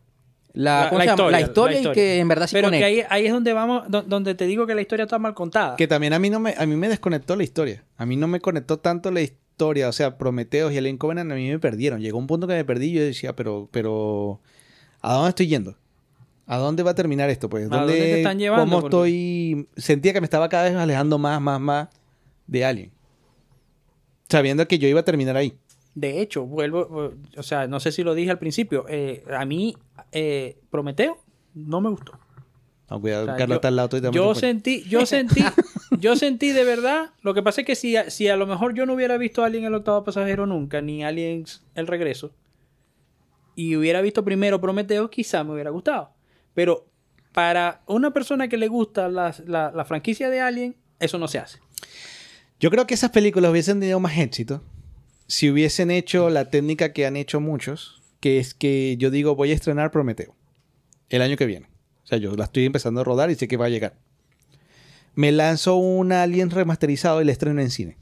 La, La- ¿cómo la se llama? historia, La historia la y historia. que en verdad sí Pero que conecte. ahí, ahí es donde vamos, do- donde te digo que la historia está mal contada. Que también a mí no me, a mí me desconectó la historia. A mí no me conectó tanto la historia. O sea, Prometheus y Alien Covenant a mí me perdieron. Llegó un punto que me perdí y yo decía, pero, pero, ¿a dónde estoy yendo? ¿A dónde va a terminar esto? Pues, ¿A dónde ¿dónde, te están llevando? ¿Cómo Porque- estoy? Sentía que me estaba cada vez alejando más, más, más de Alien. Sabiendo que yo iba a terminar ahí. De hecho, vuelvo, o sea, no sé si lo dije al principio, eh, a mí eh, Prometeo no me gustó. No, cuidado, O sea, Carlos yo- está al lado tuyo y te va a Yo meter un puño. sentí, yo sentí, yo sentí de verdad. Lo que pasa es que si, a- si a lo mejor yo no hubiera visto Alien el octavo pasajero nunca, ni Aliens el regreso, y hubiera visto primero Prometeo, quizá me hubiera gustado. Pero para una persona que le gusta la, la, la franquicia de Alien, eso no se hace. Yo creo que esas películas hubiesen tenido más éxito si hubiesen hecho la técnica que han hecho muchos, que es que yo digo, voy a estrenar Prometeo el año que viene. O sea, yo la estoy empezando a rodar y sé que va a llegar. Me lanzo un Alien remasterizado y la estreno en cine.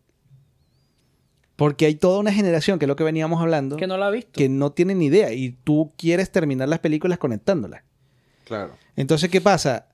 Porque hay toda una generación, que es lo que veníamos hablando, Que no la ha visto. que no tiene ni idea y tú quieres terminar las películas conectándolas. Claro. Entonces, ¿qué pasa?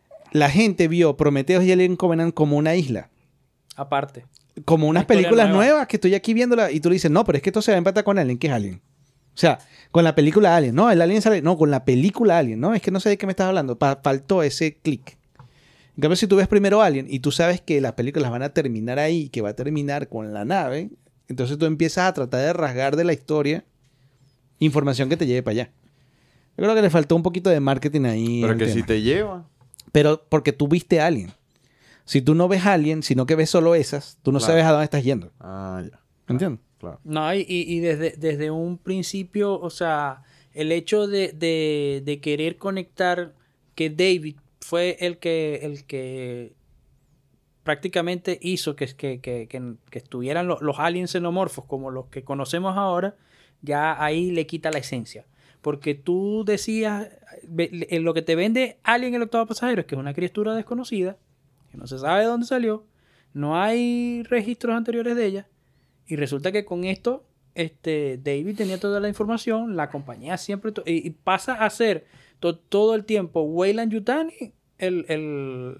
La gente vio Prometheus y Alien Covenant como una isla. Aparte. Como unas historia películas nueva. nuevas que estoy aquí viéndola y tú le dices, no, pero es que esto se va a empatar con Alien. ¿Qué es Alien? O sea, con la película Alien. No, el Alien sale... No, con la película Alien. No, es que no sé de qué me estás hablando. Pa- faltó ese clic. En cambio, si tú ves primero Alien y tú sabes que las películas van a terminar ahí, que va a terminar con la nave, entonces tú empiezas a tratar de rasgar de la historia información que te lleve para allá. Yo creo que le faltó un poquito de marketing ahí. Pero al que tema. si te lleva. Pero porque tú viste Alien. Si tú no ves Alien, sino que ves solo esas, tú no Claro. sabes a dónde estás yendo. Ah, ya. ¿Entiendes? Claro. No, y, y y desde, desde un principio, o sea, el hecho de, de, de querer conectar que David fue el que, el que prácticamente hizo que, que, que, que, que estuvieran los, los aliens xenomorfos como los que conocemos ahora, ya ahí le quita la esencia. Porque tú decías, ve- en lo que te vende Alien el octavo pasajero es que es una criatura desconocida, que no se sabe de dónde salió, no hay registros anteriores de ella, y resulta que con esto este, David tenía toda la información, la compañía siempre, to- y, y pasa a ser to- todo el tiempo Weyland Yutani, el, el,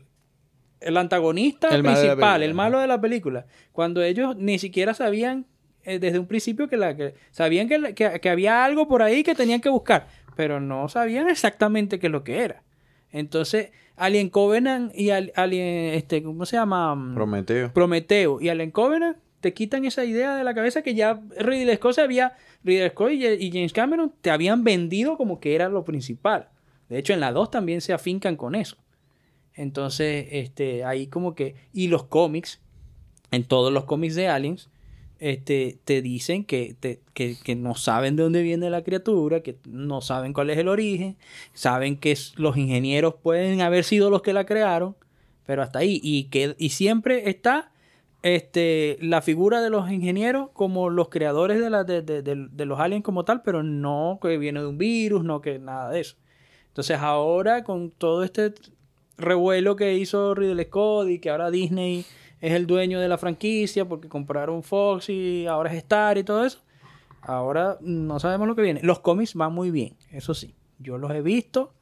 el antagonista El malo de la principal, película. el malo de la película, cuando ellos ni siquiera sabían eh, desde un principio que, la, que sabían que, la- que, que había algo por ahí que tenían que buscar, pero no sabían exactamente qué es lo que era. Entonces, Alien Covenant y Al- Alien, este, ¿cómo se llama? Prometeo. Prometeo y Alien Covenant te quitan esa idea de la cabeza que ya Ridley Scott se había, Ridley Scott y, y James Cameron te habían vendido como que era lo principal. De hecho, en la dos también se afincan con eso. Entonces, este, ahí como que... Y los cómics, en todos los cómics de Aliens, este, te dicen que, te- que, que no saben de dónde viene la criatura, que no saben cuál es el origen, saben que s- los ingenieros pueden haber sido los que la crearon, pero hasta ahí. Y, que, y siempre está este, la figura de los ingenieros como los creadores de, la, de, de, de, de los aliens como tal, pero no que viene de un virus, no que nada de eso. Entonces ahora con todo este revuelo que hizo Ridley Scott y que ahora Disney es el dueño de la franquicia porque compraron Fox y ahora es Star y todo eso, ahora no sabemos lo que viene. Los cómics van muy bien, eso sí. Yo los he visto.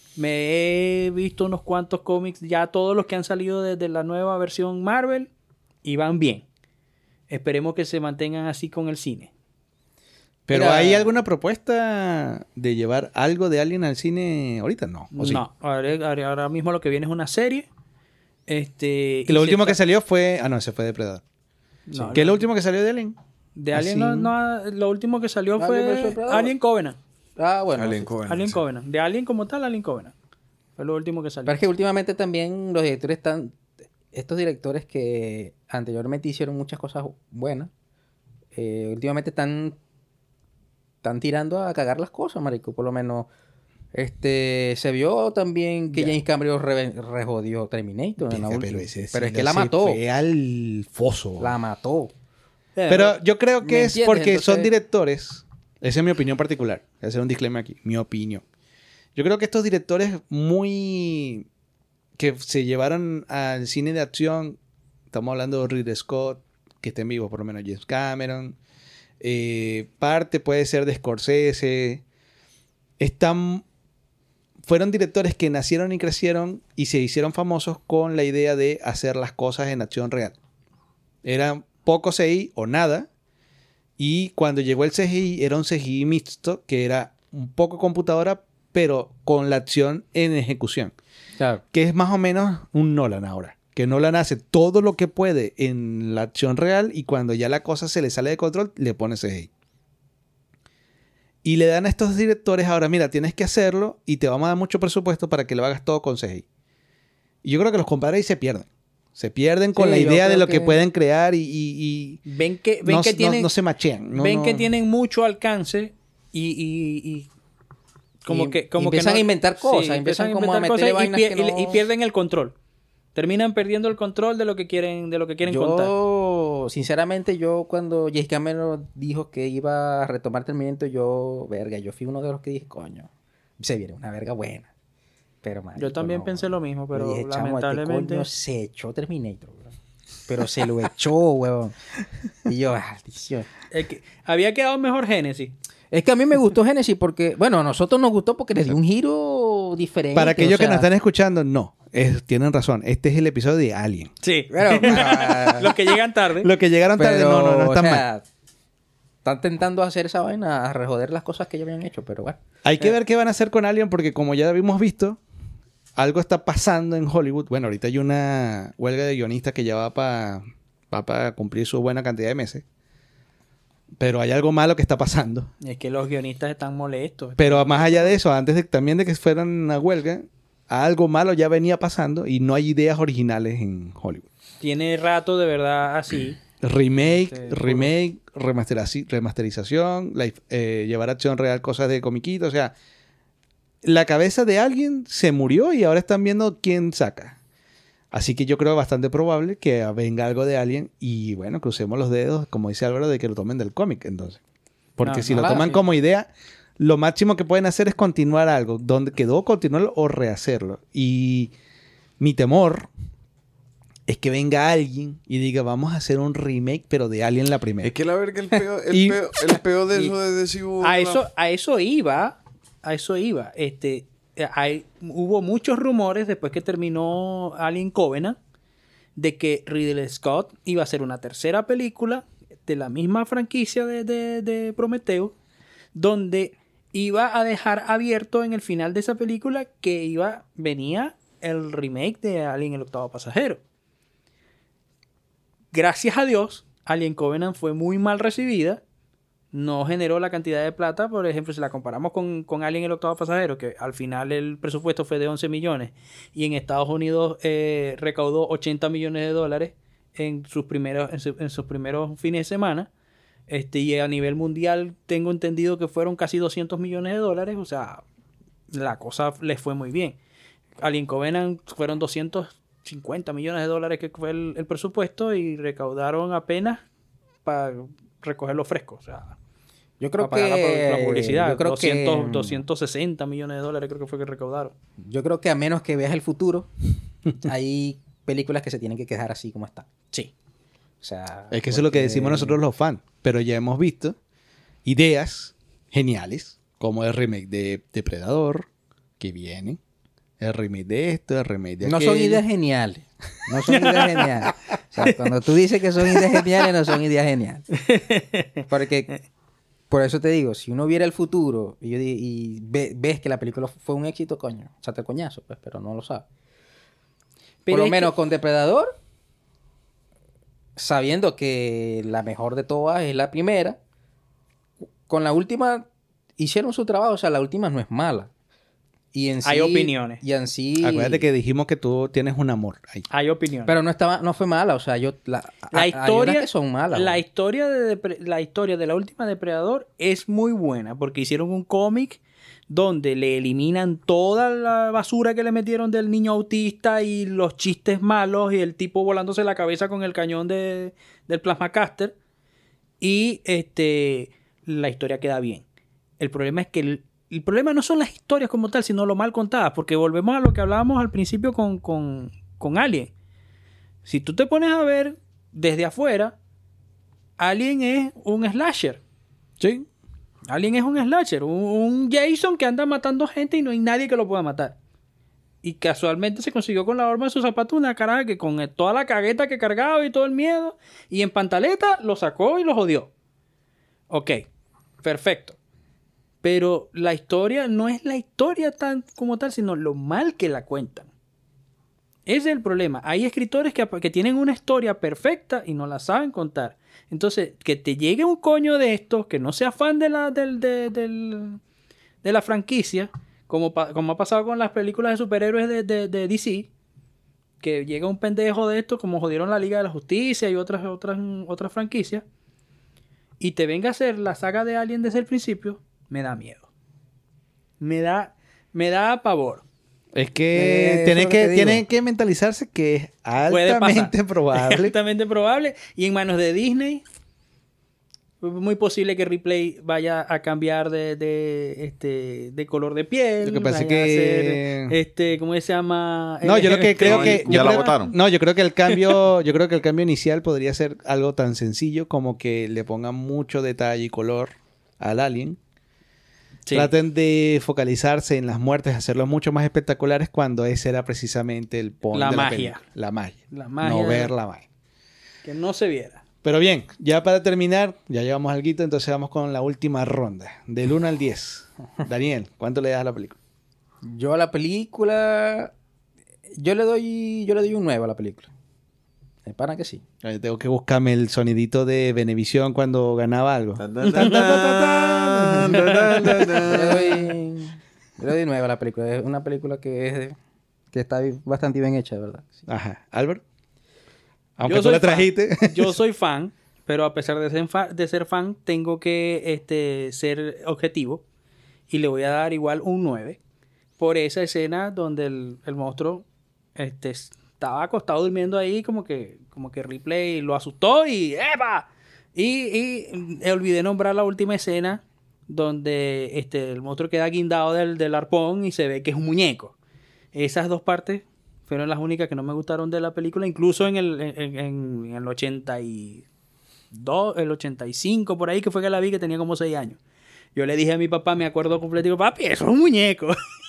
Me he visto unos cuantos cómics, ya todos los que han salido desde la nueva versión Marvel, y van bien. Esperemos que se mantengan así con el cine. ¿Pero Mira, hay alguna propuesta de llevar algo de Alien al cine ahorita? No. ¿O sí? No, ahora, ahora- ahora mismo lo que viene es una serie. Este, Que lo y último se que está- salió fue... Ah, no, ese fue Depredador. No, ¿Qué es no. lo último que salió de Alien? De Alien, Así. no, no, lo último que salió Alien versus fue Depredador. Alien Covenant. Ah, bueno. Alien sí. Covenant, Alien sí. Covenant. De Alien como tal, Alien Covenant. Fue lo último que salió. Pero es que últimamente también los directores están... Estos directores que anteriormente hicieron muchas cosas buenas, eh, últimamente están... Están tirando a cagar las cosas, marico. Por lo menos... Este... Se vio también que Ya. James Cameron re- rejodió Terminator en la Pero, última. ese Pero sí es que la se mató. Fue al foso. La mató. Eh, Pero yo creo ¿Me que es entiendes? porque son Entonces- directores. Esa es mi opinión particular. Voy a hacer un disclaimer aquí. Mi opinión. Yo creo que estos directores muy... que se llevaron al cine de acción. Estamos hablando de Ridley Scott, que esté en vivo, por lo menos James Cameron. Eh, parte puede ser de Scorsese. Están... Fueron directores que nacieron y crecieron y se hicieron famosos con la idea de hacer las cosas en acción real. Era poco C G I o nada. Y cuando llegó el C G I, era un C G I mixto, que era un poco computadora, pero con la acción en ejecución. Claro. Que es más o menos un Nolan ahora. Que Nolan hace todo lo que puede en la acción real y cuando ya la cosa se le sale de control, le pone C G I. Y le dan a estos directores ahora, mira, tienes que hacerlo y te vamos a dar mucho presupuesto para que lo hagas todo con C G I. Y yo creo que los compadres ahí se pierden. Se pierden con Sí, la yo idea de creo lo que... que- pueden crear y... y- y ven que, ven no, que no- tienen... no se machean. No, ven no- que tienen mucho alcance y, y, y como Y- que como y que empiezan no- a inventar cosas, sí, empiezan como a inventar meterle cosas y, vainas pier- que y- y no- pierden el control. Terminan perdiendo el control de lo que quieren de lo que quieren contar. Yo, sinceramente, yo cuando James Cameron dijo que iba a retomar Terminator, yo, verga, yo fui uno de los que dije, coño, se viene una verga buena. Pero, marico, Yo también no. pensé lo mismo, pero Yo dije, chamo, este lamentablemente coño se echó Terminator, bro. Pero se lo echó, huevón. Y yo, maldición. el que- había quedado mejor Genesis. Es que a mí me gustó Genesis porque, bueno, a nosotros nos gustó porque le dio un giro diferente. Para aquellos o sea, que nos están escuchando, no. Es- tienen razón. Este es el episodio de Alien. Sí. Pero, para- Los que llegan tarde. Lo que llegaron tarde, pero, no, no, no o están mal. sea, están tentando hacer esa vaina, a rejoder las cosas que ya habían hecho, pero bueno. Hay Eh. que ver qué van a hacer con Alien porque como ya habíamos visto, algo está pasando en Hollywood. Bueno, ahorita hay una huelga de guionistas que ya va para va para cumplir su buena cantidad de meses. Pero hay algo malo que está pasando. Es que los guionistas están molestos. Pero más allá de eso, antes de, también de que fueran a huelga, algo malo ya venía pasando y no hay ideas originales en Hollywood. Tiene rato de verdad así. Remake, Este, remake, remasterizaci- remasterización, live- eh, llevar a acción real cosas de comiquito. O sea, la cabeza de alguien se murió y ahora están viendo quién saca. Así que yo creo bastante probable que venga algo de Alien y bueno, crucemos los dedos, como dice Álvaro, de que lo tomen del cómic entonces. Porque No, si no, lo toman sí. como idea, lo máximo que pueden hacer es continuar algo. Donde quedó, continuarlo o rehacerlo. Y mi temor es que venga alguien y diga, vamos a hacer un remake, pero de Alien la primera. Es que la verga, el peo, el Y- peo, el peo de y- eso de decir... A eso, a eso iba. A eso iba. Este, eh, hay, hubo muchos rumores después que terminó Alien Covenant de que Ridley Scott iba a hacer una tercera película de la misma franquicia de, de, de Prometeo, donde iba a dejar abierto en el final de esa película que iba venía el remake de Alien el octavo pasajero. Gracias a Dios, Alien Covenant fue muy mal recibida. No generó la cantidad de plata. Por ejemplo, si la comparamos con, con Alien el octavo pasajero, que al final el presupuesto fue de once millones y en Estados Unidos eh, recaudó ochenta millones de dólares en sus primeros, en, su- en sus primeros fines de semana. Este, y a nivel mundial tengo entendido que fueron casi doscientos millones de dólares. O sea, la cosa les fue muy bien. Alien Covenant fueron doscientos cincuenta millones de dólares que fue el, el presupuesto y recaudaron apenas para recogerlo fresco. O sea, Yo creo para que... pagar la, la publicidad. Yo creo doscientos, que... doscientos sesenta millones de dólares creo que fue que recaudaron. Yo creo que a menos que veas el futuro, hay películas que se tienen que quedar así como están. Sí. O sea... Es que eso es lo que porque- decimos nosotros los fans. Pero ya hemos visto ideas geniales, como el remake de Depredador, que viene. El remake de esto, el remake de No aquello. son ideas geniales. No son ideas geniales. O sea, cuando tú dices que son ideas geniales, no son ideas geniales. Porque, por eso te digo, si uno viera el futuro y, yo di- y ve- ves que la película fue un éxito, coño, échate el coñazo, pues, pero no lo sabes. Pero Por lo es menos que- con Depredador, sabiendo que la mejor de todas es la primera, con la última hicieron su trabajo, o sea, la última no es mala. Y en sí, Hay opiniones. Y en sí... Acuérdate que dijimos que tú tienes un amor ahí. Hay opiniones. Pero no estaba, no fue mala, o sea, yo la, La hay- hay historia, unas que son malas. la güey. historia de Depre- la historia de la última Depredador es muy buena porque hicieron un cómic donde le eliminan toda la basura que le metieron del niño autista y los chistes malos y el tipo volándose la cabeza con el cañón de, del plasmacaster y este la historia queda bien. El problema es que el, el problema no son las historias como tal, sino lo mal contadas, porque volvemos a lo que hablábamos al principio con, con, con Alien. Si tú te pones a ver desde afuera, Alien es un slasher. Sí. Alien es un slasher, un, un Jason que anda matando gente y no hay nadie que lo pueda matar. Y casualmente se consiguió con la horma de su zapato una caraja que con toda la cagueta que cargaba y todo el miedo, y en pantaleta lo sacó y lo jodió. Ok, perfecto. Pero la historia no es la historia tan como tal, sino lo mal que la cuentan. Ese es el problema. Hay escritores que, que tienen una historia perfecta y no la saben contar. Entonces, que te llegue un coño de estos, que no sea fan de la, del, de, del- de la franquicia, como, pa- como ha pasado con las películas de superhéroes de, de, de D C, que llega un pendejo de estos, como jodieron la Liga de la Justicia y otras, otras, otras franquicias, y te venga a hacer la saga de Alien desde el principio, me da miedo. Me da, me da pavor. Es Eh, que, eso tienen, es lo que que te tienen digo. que mentalizarse que es Puede altamente pasar. probable. Altamente probable. Y en manos de Disney, muy posible que Ripley vaya a cambiar de, de, este, de color de piel. Lo que pasa es vaya a que- ser, este, ¿cómo se llama? No, yo lo que creo No, que... ya yo la creo- votaron. No, yo creo que el cambio... Yo creo que el cambio inicial podría ser algo tan sencillo como que le pongan mucho detalle y color al alien. Sí. Traten de focalizarse en las muertes, hacerlos mucho más espectaculares cuando ese era precisamente el point La de la magia. película. La magia. La magia No de- ver la magia. Que no se viera. Pero bien, ya para terminar, ya llevamos algo, entonces vamos con la última ronda. Del uno al diez. Daniel, ¿cuánto le das a la película? Yo a la película... Yo le doy yo le doy un nueve a la película. Me para que sí. Eh, Tengo que buscarme el sonidito de Venevisión cuando ganaba algo. Tan, tan, tan, tan, tan, tan, tan, Yo le tan. doy, yo le doy nueve a la película. Es una película que es de- que está bi- bastante bien hecha, de verdad. Sí. Ajá. Albert. Aunque Yo tú soy la fan. trajiste. Yo soy fan, pero a pesar de ser, fa- de ser fan, tengo que este, ser objetivo. Y le voy a dar igual un nueve. Por esa escena donde el, el monstruo este, estaba acostado durmiendo ahí, como que, como que Ripley lo asustó y ¡epa! Y, y olvidé nombrar la última escena donde este, el monstruo queda guindado del, del arpón y se ve que es un muñeco. Esas dos partes fueron las únicas que no me gustaron de la película, incluso en el, en, en- en el ochenta y dos, el ochenta y cinco, por ahí que fue que la vi, que tenía como seis años. Yo le dije a mi papá, me acuerdo completo, digo, papi, eso es un muñeco.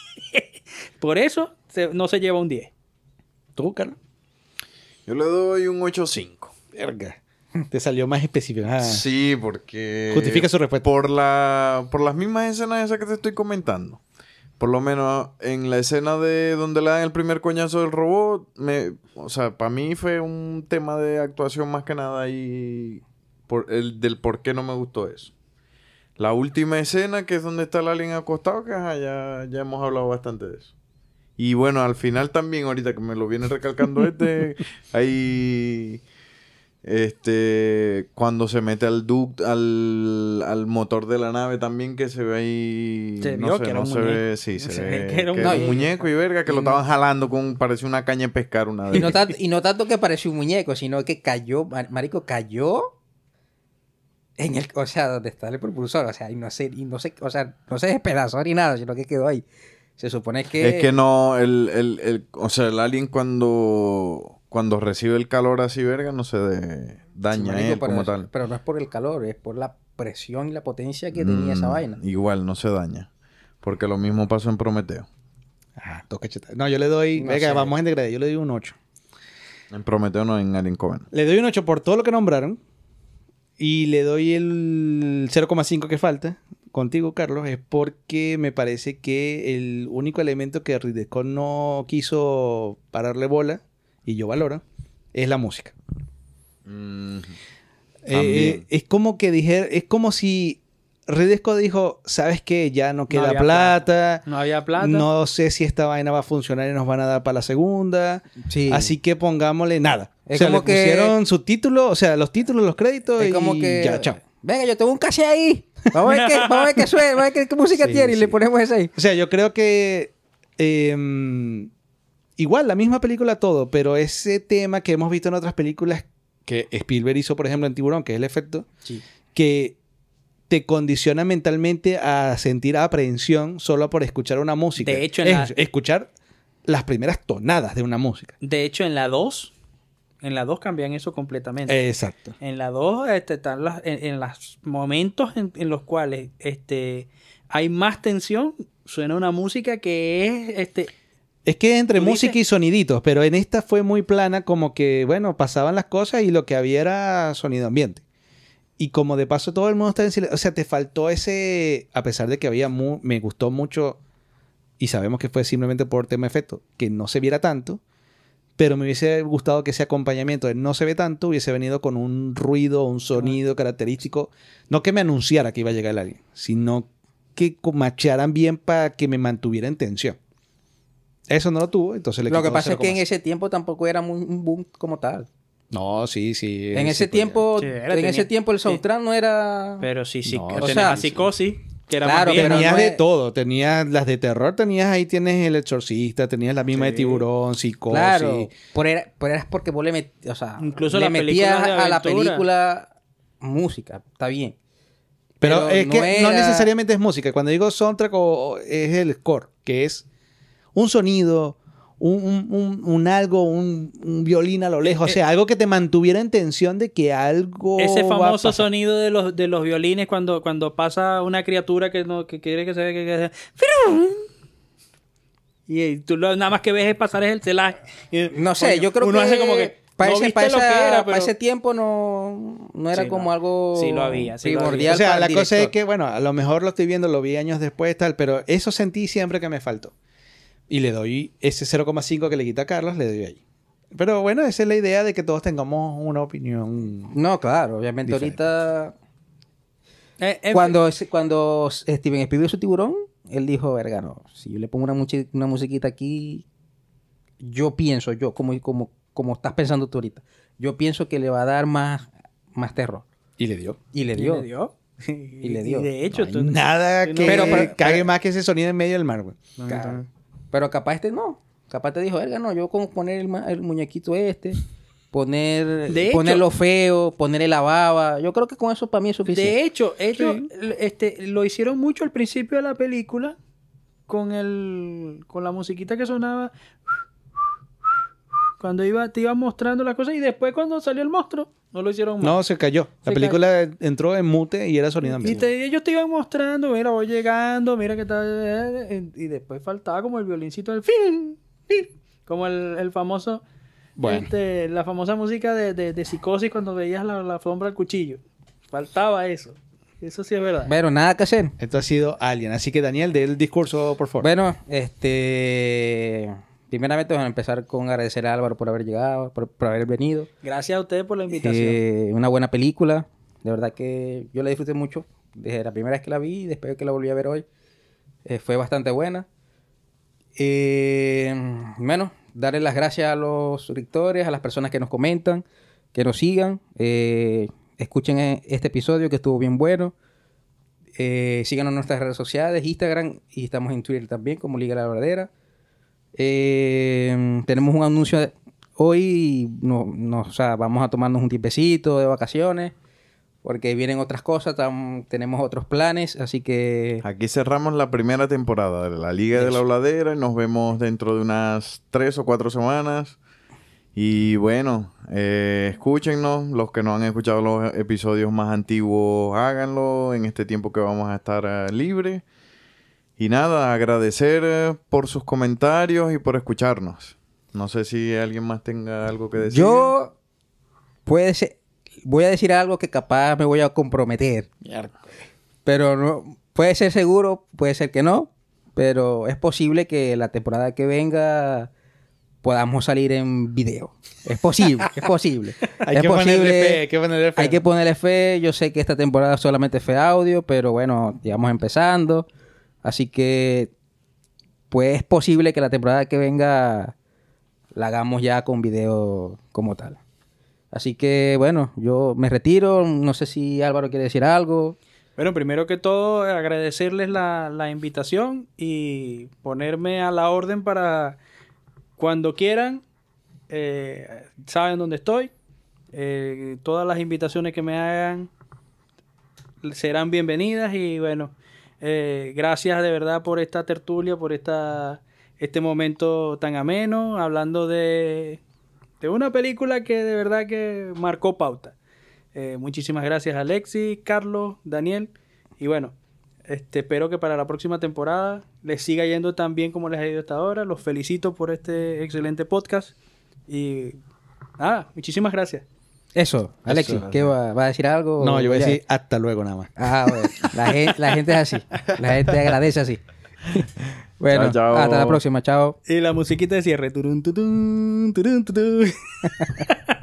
Por eso se- no se lleva un diez. ¿Tú, Carlos? Yo le doy un ocho cinco. Verga. Te salió más específico. Ah. Sí, porque... Justifica su respuesta. Por, la, por las mismas escenas esas que te estoy comentando. Por lo menos en la escena de donde le dan el primer coñazo del robot, me, o sea, para mí fue un tema de actuación más que nada y por el del por qué no me gustó eso. La última escena, que es donde está el alien acostado, que ajá, ya, ya hemos hablado bastante de eso. Y bueno, al final también, ahorita que me lo viene recalcando este, hay... Este, cuando se mete al duct, al, al motor de la nave también que se ve ahí, Se no vio sé, que era no un se muñeco. ve, sí, se, Se ve ve que era un que era un muñeco. muñeco y verga que lo estaban jalando con, parecía una caña de pescar una Y vez. no, tanto, y no tanto que pareció un muñeco, sino que cayó, mar- marico, cayó en el, o sea, donde está el propulsor, o sea, y no sé, y no sé, o sea, no se despedazó ni nada, sino que quedó ahí. Se supone que... Es que no, el, el, el, o sea, el alien cuando, cuando recibe el calor así, verga, no se de- Sí, daña marico, él pero, como es- tal. pero no es por el calor, es por la presión y la potencia que tenía esa Mm, vaina. Igual, no se daña. Porque lo mismo pasó en Prometeo. Ah, dos cachetadas. No, yo le doy... No venga, sé. vamos en degradé. Yo le doy un ocho. En Prometeo no, en Alien Covenant. Le doy un ocho por todo lo que nombraron. Y le doy el cero coma cinco que falta contigo, Carlos, es porque me parece que el único elemento que Ridley Scott no quiso pararle bola, y yo valoro, es la música. Mm, Eh, También. eh, es como que dijer, es como si Ridley Scott dijo, ¿sabes qué? Ya no queda había plata, No había plata. no sé si esta vaina va a funcionar y nos van a dar para la segunda, Sí. así que pongámosle nada. Es o sea, como le que- pusieron su título, o sea, los títulos, los créditos Es y como que... ya, chao. Venga, yo tengo un caché ahí. Vamos a ver qué, vamos a ver qué suena, vamos a ver qué, qué música Sí, tiene y sí. le ponemos esa ahí. O sea, yo creo que eh, igual, la misma película todo, pero ese tema que hemos visto en otras películas que Spielberg hizo, por ejemplo, en Tiburón, que es el efecto, Sí. que te condiciona mentalmente a sentir aprehensión solo por escuchar una música. De hecho, en es la- escuchar las primeras tonadas de una música. De hecho, en la dos, en la dos cambian eso completamente. Exacto. En la dos este, están las, en, en los momentos en, en los cuales este, hay más tensión, suena una música que es... Este, Es que entre Tú música dices- y soniditos, pero en esta fue muy plana, como que, bueno, pasaban las cosas y lo que había era sonido ambiente. Y como de paso todo el mundo estaba en silencio, o sea, te faltó ese, a pesar de que había, mu- me gustó mucho, y sabemos que fue simplemente por tema de efecto, que no se viera tanto, pero me hubiese gustado que ese acompañamiento de no se ve tanto hubiese venido con un ruido, un sonido característico, no que me anunciara que iba a llegar el alien, sino que co- machearan bien para que me mantuviera en tensión. Eso no lo tuvo, entonces le Lo que quitó pasa es que en cero coma ese tiempo tampoco era muy, un boom como tal. No, sí, sí. En sí, ese pues, tiempo, Sí, era, en tenía- ese tiempo el sí. soundtrack no era... pero sí, sí. No, que o tenías sea, a Psicosis, que era claro, más bien. pero Tenías no de es- todo, tenías las de terror, tenías ahí tienes El Exorcista, tenías la misma de Sí. Tiburón, Psicosis. Claro, por era, por era porque vos le metías, o sea, Incluso le las metías películas de a la aventura. película música, está bien. Pero, es no que no era- necesariamente es música. Cuando digo soundtrack o, o es el score, que es un sonido, un, un- un- un algo, un, un violín a lo lejos, o sea, algo que te mantuviera en tensión de que algo Ese va a famoso pasar. sonido de los, de los violines cuando, cuando pasa una criatura que no que quiere que se vea que, que- y eh, tú lo- nada más que ves es pasar es el celaje. Y, No sé, coño, yo creo uno que hace como que para no ese, viste para lo que esa- era, para pero ese tiempo no, no era Sí, como no. algo Sí lo había, sí lo primordial O sea, para la el cosa es director. que, bueno, a lo mejor lo estoy viendo, lo vi años después, tal, pero eso sentí siempre que me faltó. Y le doy ese cero coma cinco que le quita a Carlos, le doy ahí. Pero bueno, esa es la idea de que todos tengamos una opinión. No, claro, obviamente Diferente. ahorita... Eh, en Cuando, ese- cuando Steven Spielberg hizo Tiburón, él dijo, verga, no, si yo le pongo una, muchi- una musiquita aquí, yo pienso, yo, como, como, como estás pensando tú ahorita, yo pienso que le va a dar más, más terror. Y le dio. Y le fin, dio. y le dio. Y le dio. de hecho, No hay tú- nada tú no- que Pero- pero- cague pero- más que ese sonido en medio del mar, güey. Claro. Pero capaz este no. Capaz te dijo, verga, no, yo como poner el, ma- el muñequito este, poner, De hecho- ponerlo feo, ponerle la baba. Yo creo que con eso para mí es suficiente. De hecho, ellos l- este, lo hicieron mucho al principio de la película con el con la musiquita que sonaba cuando iba te iba mostrando las cosas y después cuando salió el monstruo no lo hicieron más. No, se cayó. La Se película entró en mute y era sonido Y ambiente. te- ellos te iban mostrando, mira, voy llegando, mira que está... Y después faltaba como el violincito del fin, fin, como el, el famoso... Bueno. este, la famosa música de, de, de Psicosis cuando veías la, la sombra del cuchillo. Faltaba eso. Eso sí es verdad. Bueno, nada que hacer. Esto ha sido Alien. Así que, Daniel, dé el discurso, por favor. Bueno, este... Primeramente vamos a empezar con agradecer a Álvaro por haber llegado, por, por haber venido. Gracias a ustedes por la invitación. Eh, una buena película. De verdad que yo la disfruté mucho. Desde la primera vez que la vi y después que la volví a ver hoy. eh, fue bastante buena. Eh, bueno, darle las gracias a los suscriptores, a las personas que nos comentan. que nos sigan, eh, escuchen este episodio que estuvo bien bueno. Eh, síganos en nuestras redes sociales, Instagram, y estamos en Twitter también como Liga La Verdadera. Eh, tenemos un anuncio de, hoy, no, no, o sea, vamos a tomarnos un tiempecito de vacaciones porque vienen otras cosas, tam, tenemos otros planes, así que... Aquí cerramos la primera temporada de la Liga de la Habladera y nos vemos dentro de unas tres o cuatro semanas. Y bueno, eh, escúchennos. Los que no han escuchado los episodios más antiguos, háganlo en este tiempo que vamos a estar uh, libres. Y nada, agradecer uh, por sus comentarios y por escucharnos. No sé si alguien más tenga algo que decir. Yo puede ser, voy a decir algo que capaz me voy a comprometer. Pero no, puede ser seguro, puede ser que no. Pero es posible que la temporada que venga podamos salir en video. Es posible, es posible. hay, es que posible ponerle fe, hay que ponerle fe. Hay que ponerle fe. Yo sé que esta temporada solamente fue audio, pero bueno, ya vamos empezando. Así que, pues es posible que la temporada que venga la hagamos ya con video como tal. Así que, bueno, yo me retiro. No sé si Álvaro quiere decir algo. Bueno, primero que todo, agradecerles la, la invitación y ponerme a la orden para cuando quieran. Eh, saben dónde estoy. Eh, todas las invitaciones que me hagan serán bienvenidas y bueno, eh, gracias de verdad por esta tertulia, por esta este momento tan ameno, hablando de, de una película que de verdad que marcó pauta. Eh, muchísimas gracias Alexis, Carlos, Daniel y bueno, este, espero que para la próxima temporada les siga yendo tan bien como les ha ido hasta ahora. Los felicito por este excelente podcast y nada, muchísimas gracias. Eso, Alexis, Eso, ¿qué va, va a decir algo? No, yo voy a Ya. decir hasta luego nada más. Ah, bueno. La, gente, la gente es así. La gente agradece así. Bueno, Chao, chao. hasta la próxima. Chao. Y la musiquita de cierre. Turun, tutun, turun, tutun.